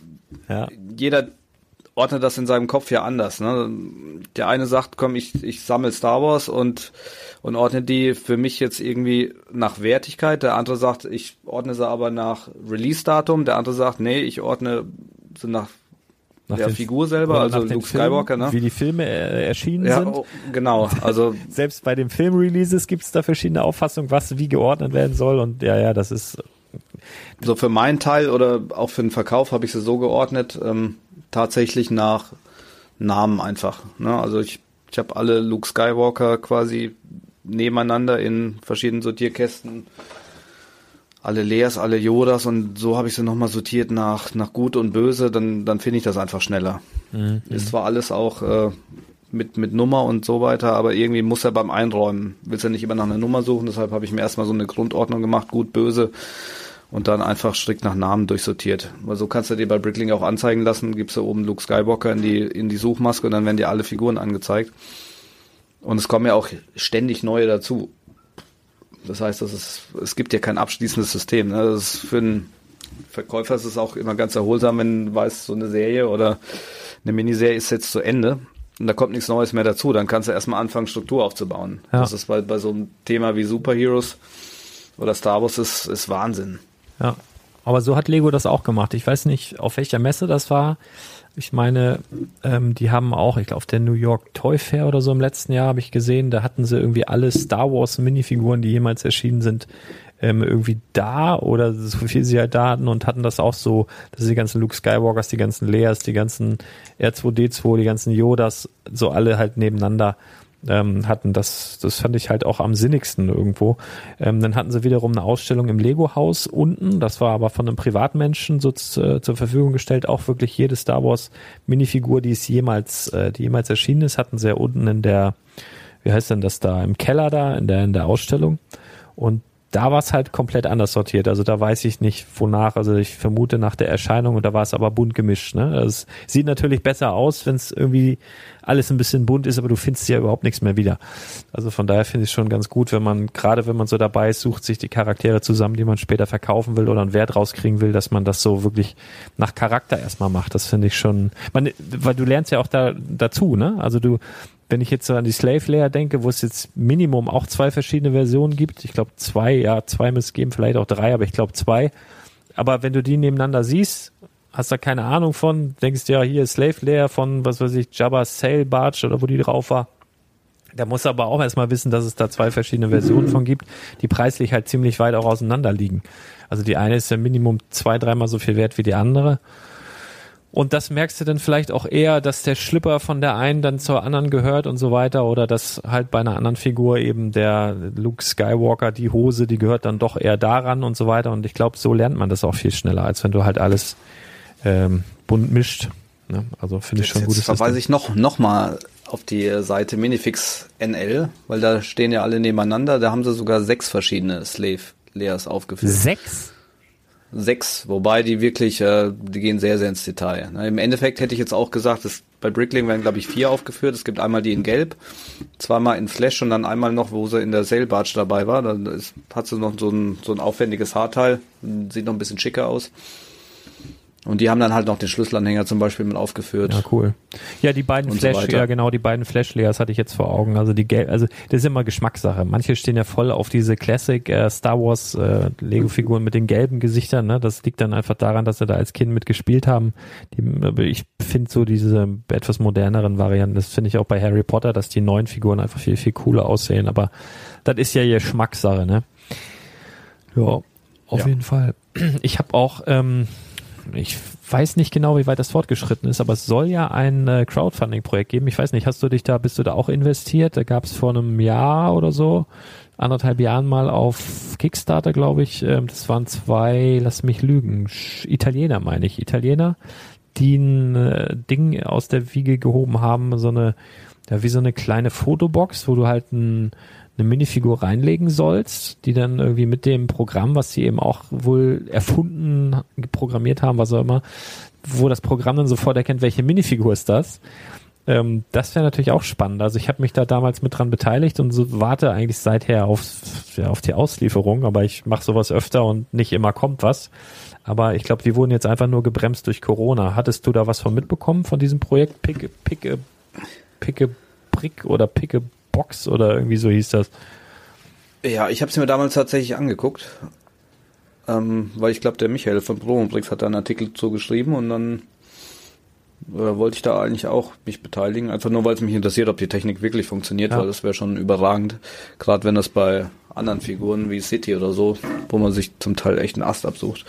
jeder ordnet das in seinem Kopf ja anders. Ne? Der eine sagt, komm, ich sammle Star Wars und ordne die für mich jetzt irgendwie nach Wertigkeit. Der andere sagt, ich ordne sie aber nach Release-Datum. Der andere sagt, nee, ich ordne sie nach der Figur selber, also Luke Skywalker, ne? Wie die Filme erschienen sind. Oh, genau, also selbst bei den Film-Releases gibt es da verschiedene Auffassungen, was wie geordnet werden soll und das ist so für meinen Teil oder auch für den Verkauf habe ich sie so geordnet, tatsächlich nach Namen einfach, ne? Also ich habe alle Luke Skywalker quasi nebeneinander in verschiedenen Sortierkästen, alle Leas, alle Yodas und so habe ich sie nochmal sortiert nach Gut und Böse, dann finde ich das einfach schneller. Ist zwar alles auch mit Nummer und so weiter, aber irgendwie muss er beim Einräumen, willst du nicht immer nach einer Nummer suchen, deshalb habe ich mir erstmal so eine Grundordnung gemacht, Gut, Böse und dann einfach strikt nach Namen durchsortiert. Weil so kannst du dir bei Bricklink auch anzeigen lassen, gibst du oben Luke Skywalker in die Suchmaske und dann werden dir alle Figuren angezeigt. Und es kommen ja auch ständig neue dazu. Das heißt, es gibt ja kein abschließendes System. Ne? Das ist für einen Verkäufer ist es auch immer ganz erholsam, wenn du weißt, so eine Serie oder eine Miniserie ist jetzt zu Ende. und da kommt nichts Neues mehr dazu. Dann kannst du erstmal anfangen, Struktur aufzubauen. Ja. Das ist bei so einem Thema wie Superheroes oder Star Wars ist Wahnsinn. Ja, aber so hat Lego das auch gemacht. Ich weiß nicht, auf welcher Messe das war. Ich meine, die haben auch, ich glaube, auf der New York Toy Fair oder so im letzten Jahr habe ich gesehen, da hatten sie irgendwie alle Star Wars Minifiguren, die jemals erschienen sind, irgendwie da oder so viel sie halt da hatten und hatten das auch so, dass die ganzen Luke Skywalkers, die ganzen Leias, die ganzen R2D2, die ganzen Yodas, so alle halt nebeneinander hatten. Das fand ich halt auch am sinnigsten irgendwo. Dann hatten sie wiederum eine Ausstellung im Lego-Haus unten, das war aber von einem Privatmenschen so zur Verfügung gestellt, auch wirklich jede Star Wars Minifigur, die jemals erschienen ist, hatten sie ja unten in der, wie heißt denn das da, im Keller da, in der Ausstellung, und da war es halt komplett anders sortiert. Also da weiß ich nicht, wonach. Also ich vermute nach der Erscheinung, und da war es aber bunt gemischt. Ne? Es sieht natürlich besser aus, wenn es irgendwie alles ein bisschen bunt ist, aber du findest ja überhaupt nichts mehr wieder. Also von daher finde ich es schon ganz gut, wenn man so dabei ist, sucht sich die Charaktere zusammen, die man später verkaufen will oder einen Wert rauskriegen will, dass man das so wirklich nach Charakter erstmal macht. Das finde ich schon, weil du lernst ja auch dazu, ne? Also wenn ich jetzt so an die Slave Layer denke, wo es jetzt Minimum auch 2 verschiedene Versionen gibt, ich glaube 2 müssen es geben, vielleicht auch 3, aber ich glaube 2. Aber wenn du die nebeneinander siehst, hast da keine Ahnung von, denkst ja, hier ist Slave Layer von, was weiß ich, Jabba's Sail Barge oder wo die drauf war. Da musst du aber auch erstmal wissen, dass es da 2 verschiedene Versionen von gibt, die preislich halt ziemlich weit auch auseinander liegen. Also die eine ist ja Minimum 2-3 Mal so viel wert wie die andere. Und das merkst du dann vielleicht auch eher, dass der Schlipper von der einen dann zur anderen gehört und so weiter, oder dass halt bei einer anderen Figur eben der Luke Skywalker, die Hose, die gehört dann doch eher daran und so weiter. Und ich glaube, so lernt man das auch viel schneller, als wenn du halt alles bunt mischt. Ne? Also finde ich schon ein gutes System. Jetzt verweise ich noch mal auf die Seite Minifix NL, weil da stehen ja alle nebeneinander. Da haben sie sogar 6 verschiedene Slave Layers aufgeführt. 6, wobei die wirklich, die gehen sehr, sehr ins Detail. Im Endeffekt hätte ich jetzt auch gesagt, bei Bricklink werden, glaube ich, 4 aufgeführt. Es gibt einmal die in Gelb, 2-mal in Flash und dann einmal noch, wo sie in der Sail Barge dabei war. Dann hat sie noch so ein aufwendiges Haarteil, sieht noch ein bisschen schicker aus. Und die haben dann halt noch den Schlüsselanhänger zum Beispiel mit aufgeführt. Ja, cool. Ja, die beiden Flash, ja genau, die beiden Flash-Layers hatte ich jetzt vor Augen. Also das ist immer Geschmackssache. Manche stehen ja voll auf diese Classic Star Wars Lego-Figuren mit den gelben Gesichtern. Ne? Das liegt dann einfach daran, dass sie da als Kind mitgespielt haben. Ich finde so diese etwas moderneren Varianten, das finde ich auch bei Harry Potter, dass die neuen Figuren einfach viel, viel cooler aussehen. Aber das ist ja Geschmackssache, ne? Ja, auf jeden Fall. Ich habe auch ich weiß nicht genau, wie weit das fortgeschritten ist, aber es soll ja ein Crowdfunding-Projekt geben. Ich weiß nicht, bist du da auch investiert? Da gab es vor einem Jahr oder so, 1,5 Jahren mal auf Kickstarter, glaube ich. Das waren 2, lass mich lügen, Italiener, die ein Ding aus der Wiege gehoben haben, wie so eine kleine Fotobox, wo du halt eine Minifigur reinlegen sollst, die dann irgendwie mit dem Programm, was sie eben auch wohl erfunden, programmiert haben, was auch immer, wo das Programm dann sofort erkennt, welche Minifigur ist das. Das wäre natürlich auch spannend. Also ich habe mich da damals mit dran beteiligt und so warte eigentlich seither auf die Auslieferung, aber ich mache sowas öfter und nicht immer kommt was. Aber ich glaube, die wurden jetzt einfach nur gebremst durch Corona. Hattest du da was von mitbekommen von diesem Projekt? Picke Brick oder Picke Box oder irgendwie so hieß das. Ja, ich habe es mir damals tatsächlich angeguckt, weil ich glaube, der Michael von Promobrix hat da einen Artikel zu geschrieben und dann wollte ich da eigentlich auch mich beteiligen, einfach nur, weil es mich interessiert, ob die Technik wirklich funktioniert, weil das wäre schon überragend, gerade wenn das bei anderen Figuren wie City oder so, wo man sich zum Teil echt einen Ast absucht.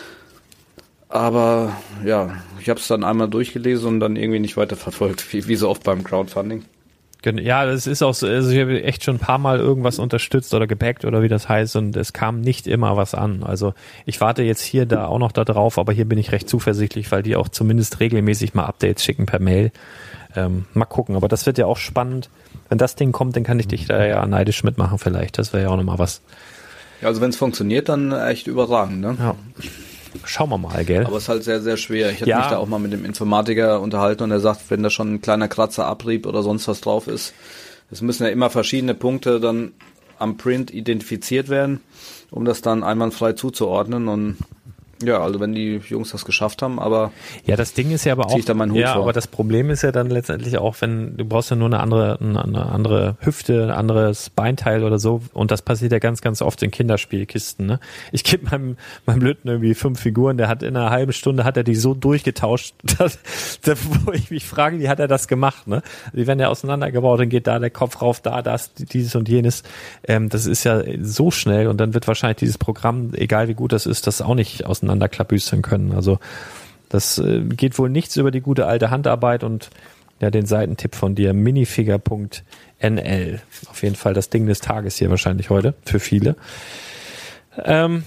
Aber ja, ich habe es dann einmal durchgelesen und dann irgendwie nicht weiter verfolgt, wie so oft beim Crowdfunding. Ja, das ist auch so, also ich habe echt schon ein paar Mal irgendwas unterstützt oder gebackt oder wie das heißt und es kam nicht immer was an. Also ich warte jetzt hier da auch noch da drauf, aber hier bin ich recht zuversichtlich, weil die auch zumindest regelmäßig mal Updates schicken per Mail. Mal gucken, aber das wird ja auch spannend. Wenn das Ding kommt, dann kann ich dich da ja neidisch mitmachen vielleicht. Das wäre ja auch nochmal was. Ja, also wenn es funktioniert, dann echt überragend, ne? Ja. Schauen wir mal, gell? Aber es ist halt sehr, sehr schwer. Ich hatte mich da auch mal mit dem Informatiker unterhalten und er sagt, wenn da schon ein kleiner Kratzer, Abrieb oder sonst was drauf ist, es müssen ja immer verschiedene Punkte dann am Print identifiziert werden, um das dann einwandfrei zuzuordnen und Ja, also wenn die Jungs das geschafft haben, aber ja, das Ding ist ja aber auch, ich da meinen Hut vor. Aber das Problem ist ja dann letztendlich auch, wenn du brauchst ja nur eine andere Hüfte, ein anderes Beinteil oder so, und das passiert ja ganz, ganz oft in Kinderspielkisten. Ne? Ich gebe meinem Lütten irgendwie 5 Figuren, der hat in einer halben Stunde hat er die so durchgetauscht, wo ich mich frage, wie hat er das gemacht? Ne? Die werden ja auseinandergebaut, dann geht da der Kopf rauf, da, das, dieses und jenes. Das ist ja so schnell, und dann wird wahrscheinlich dieses Programm, egal wie gut das ist, das auch nicht auseinanderklabüstern können. Also das geht wohl nichts über die gute alte Handarbeit, und ja, den Seitentipp von dir, minifigure.nl. Auf jeden Fall das Ding des Tages hier wahrscheinlich heute, für viele. Wollen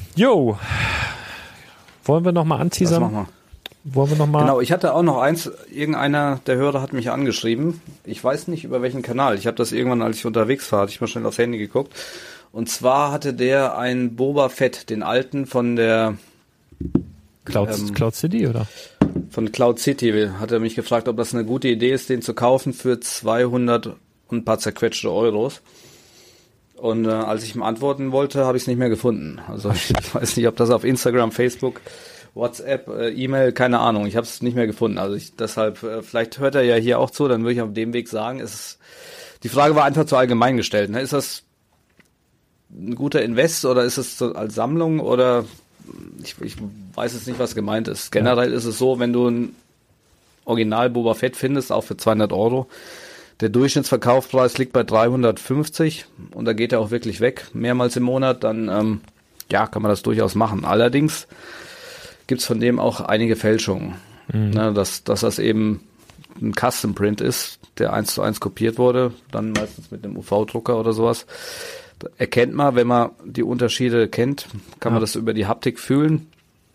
wir nochmal anteasern? Das machen wir. Wollen wir noch mal? Genau, ich hatte auch noch eins, irgendeiner der Hörer hat mich angeschrieben. Ich weiß nicht über welchen Kanal. Ich habe das irgendwann, als ich unterwegs war, hatte ich mal schnell aufs Handy geguckt. Und zwar hatte der einen Boba Fett, den alten von der Cloud City, oder? Von Cloud City hat er mich gefragt, ob das eine gute Idee ist, den zu kaufen für 200 und ein paar zerquetschte Euros. Und als ich ihm antworten wollte, habe ich es nicht mehr gefunden. Also ich weiß nicht, ob das auf Instagram, Facebook, WhatsApp, E-Mail, keine Ahnung. Ich habe es nicht mehr gefunden. Also deshalb, vielleicht hört er ja hier auch zu, dann würde ich auf dem Weg sagen, die Frage war einfach zu allgemein gestellt. Ne? Ist das ein guter Invest oder ist es als Sammlung oder ich weiß jetzt nicht, was gemeint ist. Generell ist es so, wenn du ein Original Boba Fett findest, auch für 200 Euro, der Durchschnittsverkaufspreis liegt bei 350 und da geht er auch wirklich weg, mehrmals im Monat, dann kann man das durchaus machen. Allerdings gibt's von dem auch einige Fälschungen. Ne, dass das eben ein Custom Print ist, der 1:1 kopiert wurde, dann meistens mit einem UV-Drucker oder sowas. Da erkennt man, wenn man die Unterschiede kennt, kann man das über die Haptik fühlen.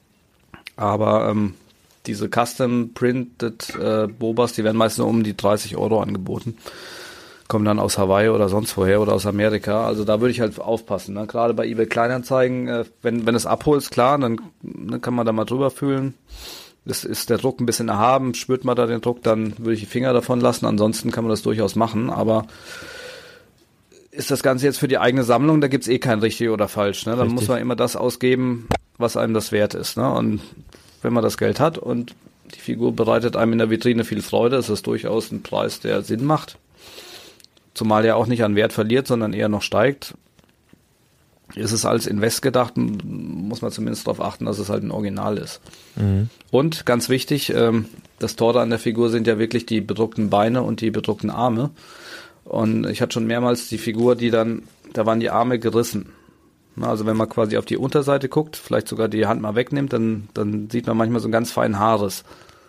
Aber diese Custom Printed Bobas, die werden meistens um die 30 Euro angeboten. Kommen dann aus Hawaii oder sonst woher oder aus Amerika. Also da würde ich halt aufpassen. Ne? Gerade bei eBay Kleinanzeigen, wenn es abholst, klar, dann kann man da mal drüber fühlen. Ist der Druck ein bisschen erhaben, spürt man da den Druck, dann würde ich die Finger davon lassen. Ansonsten kann man das durchaus machen. Aber ist das Ganze jetzt für die eigene Sammlung, da gibt's kein richtig oder falsch. Ne? Dann muss man immer das ausgeben, was einem das wert ist. Ne? Und wenn man das Geld hat und die Figur bereitet einem in der Vitrine viel Freude, ist das durchaus ein Preis, der Sinn macht. Zumal er auch nicht an Wert verliert, sondern eher noch steigt. Ist es als Invest gedacht, muss man zumindest darauf achten, dass es halt ein Original ist. Mhm. Und ganz wichtig, das Tolle an der Figur sind ja wirklich die bedruckten Beine und die bedruckten Arme. Und ich hatte schon mehrmals die Figur, da waren die Arme gerissen. Also wenn man quasi auf die Unterseite guckt, vielleicht sogar die Hand mal wegnimmt, dann sieht man manchmal so einen ganz feinen Haarriss.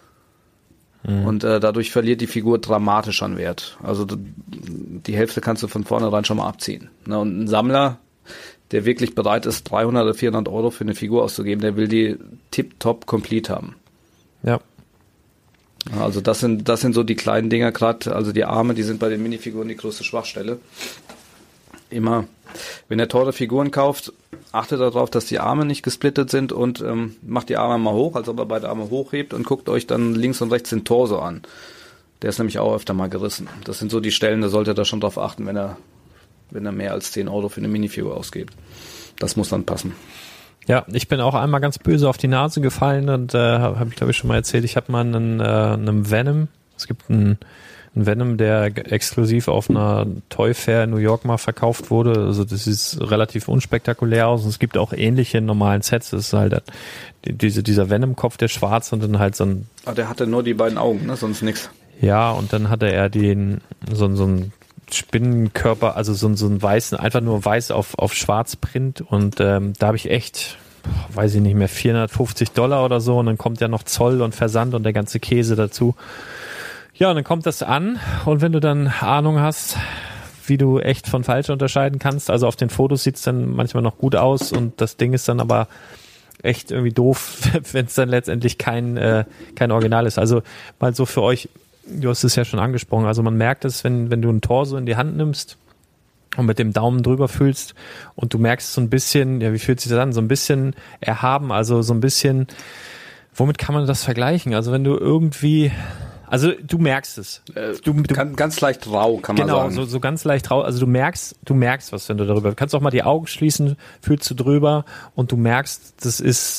Mhm. Und dadurch verliert die Figur dramatisch an Wert. Also die Hälfte kannst du von vornherein schon mal abziehen. Und ein Sammler, der wirklich bereit ist, 300 oder 400 Euro für eine Figur auszugeben, der will die tip-top complete haben. Ja. Also das sind so die kleinen Dinger gerade, also die Arme, die sind bei den Minifiguren die größte Schwachstelle. Immer, wenn ihr teure Figuren kauft, achtet darauf, dass die Arme nicht gesplittet sind und macht die Arme mal hoch, als ob ihr beide Arme hochhebt und guckt euch dann links und rechts den Torso an. Der ist nämlich auch öfter mal gerissen. Das sind so die Stellen, da solltet ihr schon drauf achten, wenn er mehr als 10 Euro für eine Minifigur ausgibt. Das muss dann passen. Ja, ich bin auch einmal ganz böse auf die Nase gefallen und habe ich glaube ich schon mal erzählt, ich habe mal einen Venom, es gibt einen Venom, der exklusiv auf einer Toy Fair in New York mal verkauft wurde, also das ist relativ unspektakulär aus und es gibt auch ähnliche normalen Sets, das ist halt dieser Venom-Kopf, der schwarz und dann halt so ein... Aber der hatte nur die beiden Augen, ne? Sonst nichts. Ja, und dann hatte er so ein Spinnenkörper, also so einen weißen, einfach nur weiß auf Schwarzprint und da habe ich echt, weiß ich nicht mehr, $450 oder so und dann kommt ja noch Zoll und Versand und der ganze Käse dazu. Ja, und dann kommt das an und wenn du dann Ahnung hast, wie du echt von falsch unterscheiden kannst, also auf den Fotos sieht's dann manchmal noch gut aus und das Ding ist dann aber echt irgendwie doof, wenn es dann letztendlich kein Original ist. Also mal so für euch, du hast es ja schon angesprochen, also man merkt es, wenn du einen Torso in die Hand nimmst und mit dem Daumen drüber fühlst und du merkst so ein bisschen, ja, wie fühlt sich das an? So ein bisschen erhaben, also so ein bisschen, womit kann man das vergleichen? Also wenn du irgendwie, also du merkst es. Du ganz leicht rau, kann man sagen. Genau, so ganz leicht rau. Also du merkst was, wenn du darüber, du kannst auch mal die Augen schließen, fühlst du drüber und du merkst, das ist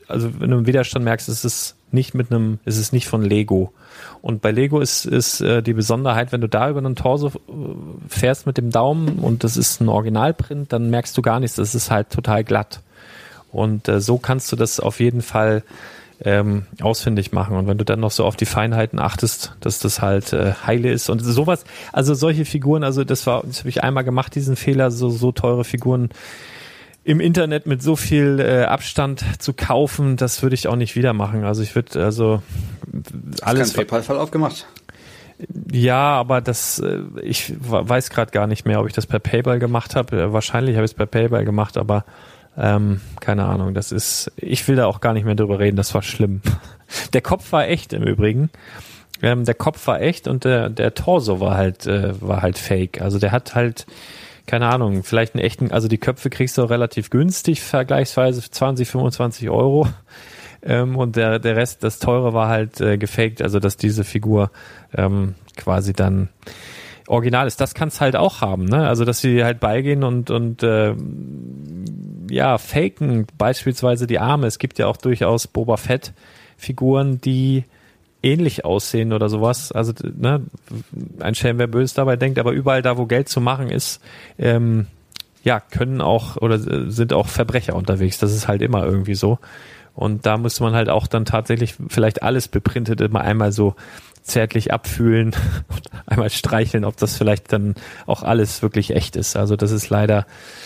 also wenn du einen Widerstand merkst, ist es nicht von Lego. Und bei Lego ist die Besonderheit, wenn du da über einen Torso fährst mit dem Daumen und das ist ein Originalprint, dann merkst du gar nichts, das ist halt total glatt. Und so kannst du das auf jeden Fall ausfindig machen. Und wenn du dann noch so auf die Feinheiten achtest, dass das halt heile ist und sowas, also solche Figuren, also das habe ich einmal gemacht, diesen Fehler, so teure Figuren im Internet mit so viel Abstand zu kaufen, das würde ich auch nicht wieder machen. Also ich würde alles. Hast du keinen PayPal-Fall aufgemacht? Ja, aber ich weiß gerade gar nicht mehr, ob ich das per PayPal gemacht habe. Wahrscheinlich habe ich es per PayPal gemacht, aber keine Ahnung. Ich will da auch gar nicht mehr drüber reden. Das war schlimm. Der Kopf war echt im Übrigen. Der Kopf war echt und der Torso war halt fake. Also der hat halt keine Ahnung, vielleicht einen echten, also die Köpfe kriegst du auch relativ günstig, vergleichsweise 20, 25 Euro. Und der Rest, das Teure war halt gefaked, also dass diese Figur quasi dann original ist. Das kannst halt auch haben, ne? Also dass sie halt beigehen und faken beispielsweise die Arme. Es gibt ja auch durchaus Boba Fett Figuren, die ähnlich aussehen oder sowas. Also ne, ein Schelm, wer böse dabei denkt, aber überall da, wo Geld zu machen ist, können auch oder sind auch Verbrecher unterwegs. Das ist halt immer irgendwie so. Und da muss man halt auch dann tatsächlich vielleicht alles Beprintete mal einmal so zärtlich abfühlen und einmal streicheln, ob das vielleicht dann auch alles wirklich echt ist. Also das ist leider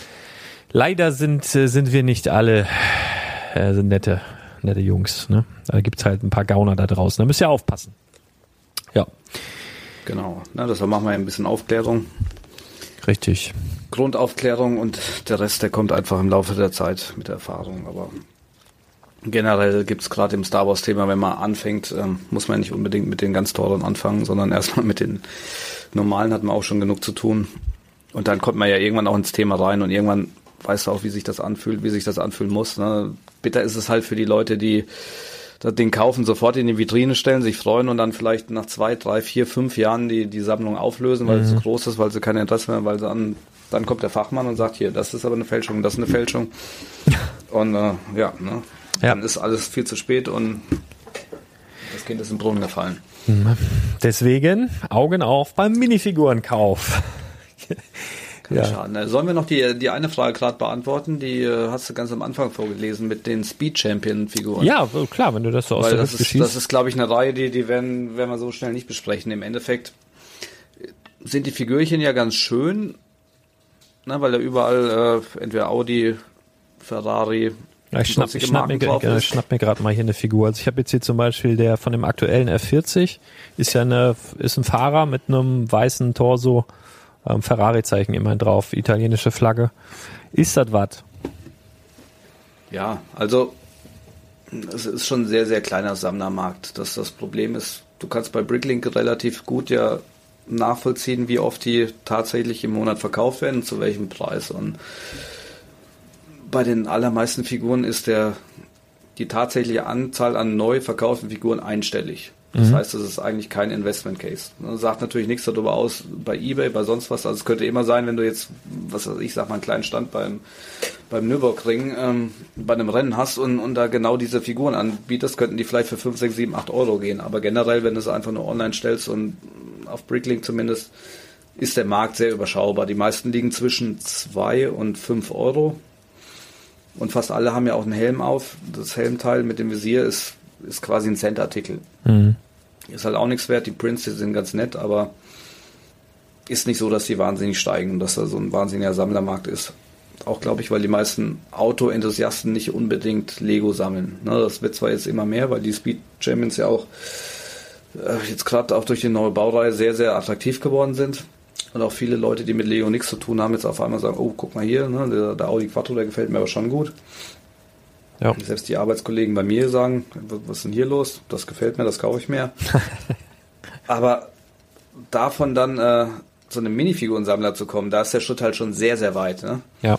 sind wir nicht alle nette Jungs, ne? Da gibt's halt ein paar Gauner da draußen. Da müsst ihr aufpassen. Ja. Genau. Na, deshalb machen wir ein bisschen Aufklärung. Richtig. Grundaufklärung und der Rest, der kommt einfach im Laufe der Zeit mit der Erfahrung. Aber generell gibt's gerade im Star Wars-Thema, wenn man anfängt, muss man nicht unbedingt mit den ganz teuren anfangen, sondern erstmal mit den normalen hat man auch schon genug zu tun. Und dann kommt man ja irgendwann auch ins Thema rein und irgendwann weißt du auch, wie sich das anfühlt, wie sich das anfühlen muss. Ne? Bitter ist es halt für die Leute, die das Ding kaufen, sofort in die Vitrine stellen, sich freuen und dann vielleicht nach 2, 3, 4, 5 Jahren die Sammlung auflösen, weil es so groß ist, weil sie kein Interesse mehr haben, weil dann kommt der Fachmann und sagt, hier, das ist aber eine Fälschung, das ist eine Fälschung. Und dann ist alles viel zu spät und das Kind ist im Brunnen gefallen. Deswegen Augen auf beim Minifigurenkauf. Kein Schaden. Sollen wir noch die eine Frage gerade beantworten? Die hast du ganz am Anfang vorgelesen mit den Speed Champion Figuren. Ja, klar, wenn du das so aus der Hüfte schießt. Das ist, glaube ich, eine Reihe, die werden wir so schnell nicht besprechen. Im Endeffekt sind die Figürchen ja ganz schön, ne, weil da überall entweder Audi, Ferrari. Ja, ich schnapp mir gerade mal hier eine Figur. Also ich habe jetzt hier zum Beispiel der von dem aktuellen F40 ist ein Fahrer mit einem weißen Torso. Ferrari-Zeichen immerhin drauf, italienische Flagge. Ist das was? Ja, also es ist schon ein sehr, sehr kleiner Sammlermarkt. Das Problem ist, du kannst bei Bricklink relativ gut ja nachvollziehen, wie oft die tatsächlich im Monat verkauft werden, zu welchem Preis. Und bei den allermeisten Figuren ist die tatsächliche Anzahl an neu verkauften Figuren einstellig. Das heißt, das ist eigentlich kein Investment Case. Das sagt natürlich nichts darüber aus bei eBay, bei sonst was. Also es könnte immer sein, wenn du jetzt, was weiß ich, sag mal einen kleinen Stand beim Nürburgring bei einem Rennen hast und da genau diese Figuren anbietest, könnten die vielleicht für 5, 6, 7, 8 Euro gehen. Aber generell, wenn du es einfach nur online stellst und auf Bricklink zumindest, ist der Markt sehr überschaubar. Die meisten liegen zwischen 2 und 5 Euro. Und fast alle haben ja auch einen Helm auf. Das Helmteil mit dem Visier ist quasi ein Cent-Artikel. Ist halt auch nichts wert. Die Prints, die sind ganz nett, aber ist nicht so, dass die wahnsinnig steigen und dass da so ein wahnsinniger Sammlermarkt ist. Auch, glaube ich, weil die meisten Auto-Enthusiasten nicht unbedingt Lego sammeln. Ne, das wird zwar jetzt immer mehr, weil die Speed Champions ja auch jetzt gerade auch durch die neue Baureihe sehr, sehr attraktiv geworden sind. Und auch viele Leute, die mit Lego nichts zu tun haben, jetzt auf einmal sagen, oh, guck mal hier, ne, der Audi Quattro, der gefällt mir aber schon gut. Ja. Selbst die Arbeitskollegen bei mir sagen, was ist denn hier los? Das gefällt mir, das kaufe ich mir. Aber davon dann zu einem Minifigurensammler zu kommen, da ist der Schritt halt schon sehr, sehr weit. Ne? Ja.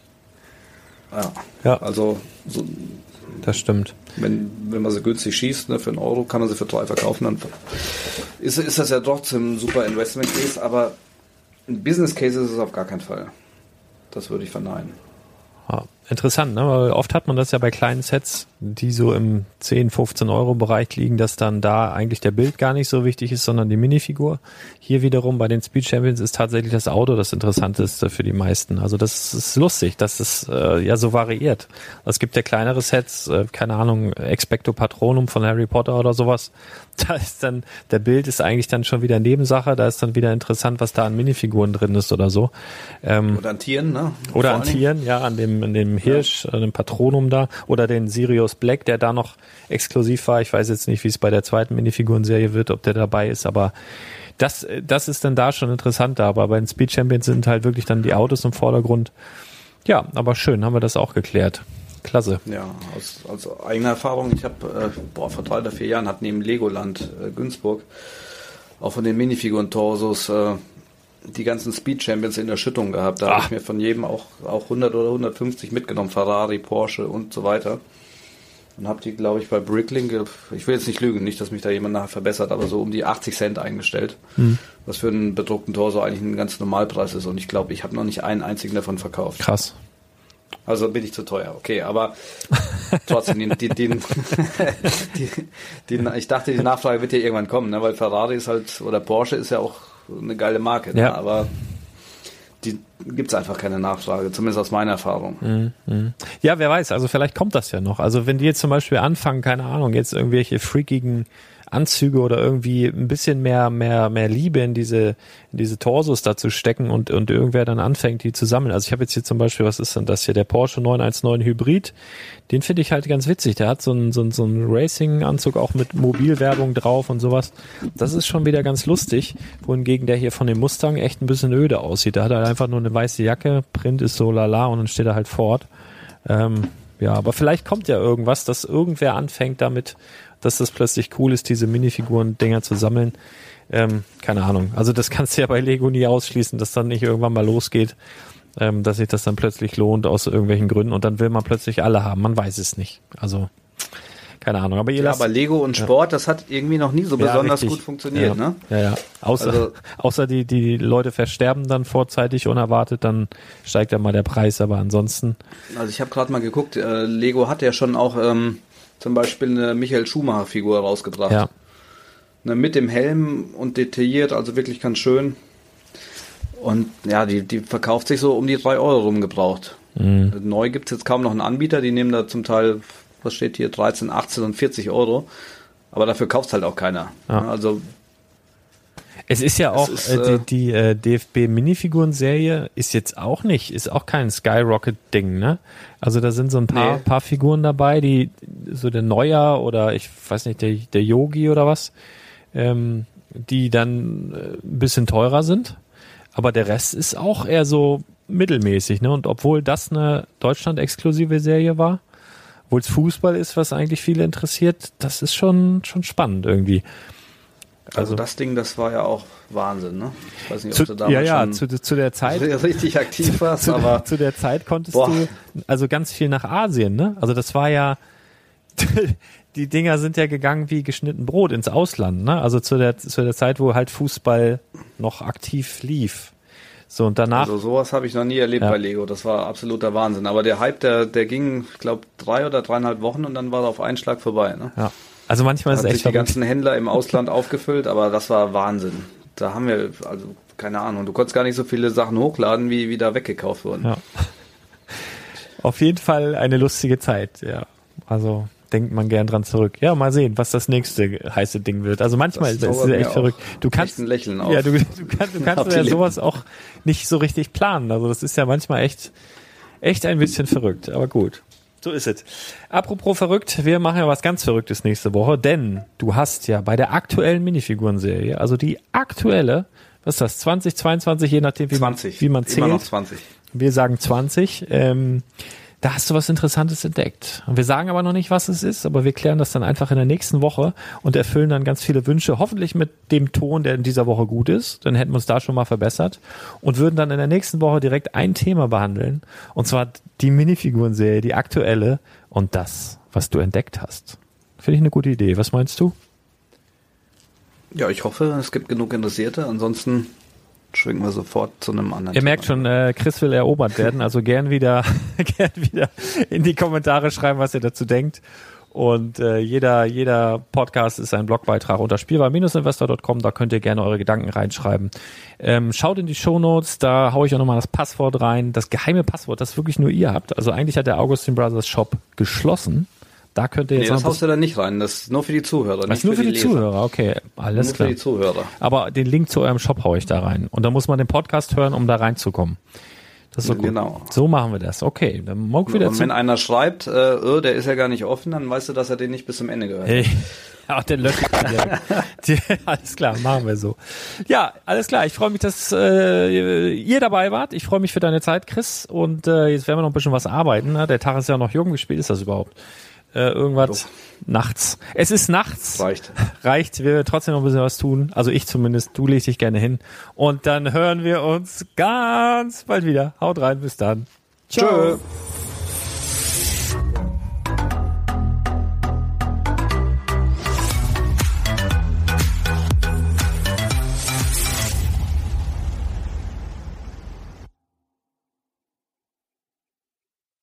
Ja. Also so, das stimmt. Wenn man sie günstig schießt, ne, für 1 Euro kann man sie für 3 verkaufen, dann ist das ja trotzdem ein super Investment Case, aber ein Business Case ist es auf gar keinen Fall. Das würde ich verneinen. Ja. Interessant, ne? Weil oft hat man das ja bei kleinen Sets, die so im 10, 15 Euro Bereich liegen, dass dann da eigentlich der Bild gar nicht so wichtig ist, sondern die Minifigur. Hier wiederum bei den Speed Champions ist tatsächlich das Auto das Interessanteste für die meisten. Also das ist lustig, dass es ja so variiert. Es gibt ja kleinere Sets, keine Ahnung, Expecto Patronum von Harry Potter oder sowas. Da ist dann, der Bild ist eigentlich dann schon wieder Nebensache, da ist dann wieder interessant, was da an Minifiguren drin ist oder so. Oder an Tieren, ne? Oder an Tieren, ja, an dem Hirsch, an dem Patronum da, oder den Sirius Black, der da noch exklusiv war. Ich weiß jetzt nicht, wie es bei der zweiten Minifigurenserie wird, ob der dabei ist, aber das ist dann da schon interessanter, aber bei den Speed Champions sind halt wirklich dann die Autos im Vordergrund. Ja, aber schön, haben wir das auch geklärt. Klasse. Ja, aus eigener Erfahrung, ich habe vor 3 oder 4 Jahren hat neben Legoland Günzburg auch von den Minifiguren-Torsos die ganzen Speed Champions in der Schüttung gehabt. Da habe ich mir von jedem auch 100 oder 150 mitgenommen, Ferrari, Porsche und so weiter. Und habe die, glaube ich, bei Bricklink, ich will jetzt nicht lügen, nicht, dass mich da jemand nachher verbessert, aber so um die 80 Cent eingestellt, was für einen bedruckten Torso eigentlich ein ganz Normalpreis ist. Und ich glaube, ich habe noch nicht einen einzigen davon verkauft. Krass. Also bin ich zu teuer, okay, aber trotzdem, ich dachte, die Nachfrage wird ja irgendwann kommen, ne? Weil Ferrari ist halt, oder Porsche ist ja auch eine geile Marke, ja. Ne? Aber die gibt's einfach keine Nachfrage, zumindest aus meiner Erfahrung. Ja, wer weiß, also vielleicht kommt das ja noch. Also wenn die jetzt zum Beispiel anfangen, keine Ahnung, jetzt irgendwelche freakigen Anzüge oder irgendwie ein bisschen mehr Liebe in diese Torsos da zu stecken und irgendwer dann anfängt, die zu sammeln. Also ich habe jetzt hier zum Beispiel, was ist denn das hier, der Porsche 919 Hybrid, den finde ich halt ganz witzig. Der hat so einen Racing-Anzug auch mit Mobilwerbung drauf und sowas. Das ist schon wieder ganz lustig, wohingegen der hier von dem Mustang echt ein bisschen öde aussieht. Da hat er halt einfach nur eine weiße Jacke, Print ist so lala und dann steht er halt Ford. Ja, aber vielleicht kommt ja irgendwas, dass irgendwer anfängt damit, dass das plötzlich cool ist, diese Minifiguren-Dinger zu sammeln. Keine Ahnung. Also das kannst du ja bei Lego nie ausschließen, dass dann nicht irgendwann mal losgeht, dass sich das dann plötzlich lohnt aus irgendwelchen Gründen und dann will man plötzlich alle haben. Man weiß es nicht. Also keine Ahnung. Aber aber Lego und Sport, das hat irgendwie noch nie so besonders richtig. gut funktioniert, ja. ne? Ja. Außer die Leute versterben dann vorzeitig unerwartet, dann steigt ja mal der Preis, aber ansonsten. Also ich habe gerade mal geguckt, Lego hat ja schon auch zum Beispiel eine Michael Schumacher-Figur rausgebracht. Ja. Ne, mit dem Helm und detailliert, also wirklich ganz schön. Und ja, die verkauft sich so um die 3 Euro rumgebraucht. Neu gibt's jetzt kaum noch einen Anbieter, die nehmen da zum Teil, was steht hier, 13, 18 und 40 Euro. Aber dafür kauft's halt auch keiner. Ja. Also es ist ja auch, die DFB-Minifiguren-Serie ist jetzt auch nicht, ist auch kein Skyrocket-Ding, ne? Also da sind so ein paar Figuren dabei, die, so der Neuer oder ich weiß nicht, der Yogi oder was, die dann ein bisschen teurer sind. Aber der Rest ist auch eher so mittelmäßig, ne? Und obwohl das eine Deutschland-exklusive Serie war, obwohl es Fußball ist, was eigentlich viele interessiert, das ist schon spannend irgendwie. Also das Ding, das war ja auch Wahnsinn, ne? Ich weiß nicht, ob du damals schon zu der Zeit richtig aktiv warst, aber zu der Zeit konntest du also ganz viel nach Asien, ne? Also das war ja die Dinger sind ja gegangen wie geschnitten Brot ins Ausland, ne? Also zu der Zeit, wo halt Fußball noch aktiv lief. So und danach. Also sowas habe ich noch nie erlebt bei Lego. Das war absoluter Wahnsinn. Aber der Hype, der ging, ich glaube, 3 oder 3,5 Wochen und dann war er auf einen Schlag vorbei, ne? Ja. Also manchmal ist es echt sich die ganzen Händler im Ausland aufgefüllt, aber das war Wahnsinn. Da haben wir, also keine Ahnung, du konntest gar nicht so viele Sachen hochladen, wie da weggekauft wurden. Ja. Auf jeden Fall eine lustige Zeit, ja. Also denkt man gern dran zurück. Ja, mal sehen, was das nächste heiße Ding wird. Also manchmal ist es echt verrückt. Du kannst ein Lächeln auf. Ja, du kannst ja sowas auch nicht so richtig planen. Also das ist ja manchmal echt ein bisschen verrückt, aber gut. So ist es. Apropos verrückt, wir machen ja was ganz Verrücktes nächste Woche, denn du hast ja bei der aktuellen Minifiguren-Serie, also die aktuelle, was ist das, 2022, je nachdem wie man zählt. Immer noch 20. Wir sagen 20, da hast du was Interessantes entdeckt. Und wir sagen aber noch nicht, was es ist, aber wir klären das dann einfach in der nächsten Woche und erfüllen dann ganz viele Wünsche, hoffentlich mit dem Ton, der in dieser Woche gut ist. Dann hätten wir uns da schon mal verbessert und würden dann in der nächsten Woche direkt ein Thema behandeln. Und zwar die Minifiguren-Serie, die aktuelle und das, was du entdeckt hast. Finde ich eine gute Idee. Was meinst du? Ja, ich hoffe, es gibt genug Interessierte. Ansonsten schwingen wir sofort zu einem anderen. Ihr merkt schon, Chris will erobert werden, also gern wieder in die Kommentare schreiben, was ihr dazu denkt. Und jeder Podcast ist ein Blogbeitrag unter spielwareninvestor.com, da könnt ihr gerne eure Gedanken reinschreiben. Schaut in die Shownotes, da haue ich auch nochmal das Passwort rein, das geheime Passwort, das wirklich nur ihr habt. Also eigentlich hat der Augustin Brothers Shop geschlossen. Da könnt ihr jetzt das haust du da nicht rein, das ist nur für die Zuhörer. Das ist nur für die Zuhörer, okay, alles nur klar. Nur für die Zuhörer. Aber den Link zu eurem Shop haue ich da rein. Und da muss man den Podcast hören, um da reinzukommen. Das ist so gut. Genau. So machen wir das. Okay, dann Moke wieder und wenn einer schreibt, der ist ja gar nicht offen, dann weißt du, dass er den nicht bis zum Ende gehört hat. Ach, den lösche ich. Alles klar, machen wir so. Ja, alles klar. Ich freue mich, dass ihr dabei wart. Ich freue mich für deine Zeit, Chris. Und jetzt werden wir noch ein bisschen was arbeiten. Ne? Der Tag ist ja noch jung. Wie spät ist das überhaupt? Irgendwas nachts. Es ist nachts. Reicht. Wir werden trotzdem noch ein bisschen was tun. Also ich zumindest. Du legst dich gerne hin. Und dann hören wir uns ganz bald wieder. Haut rein. Bis dann. Ciao. Tschö.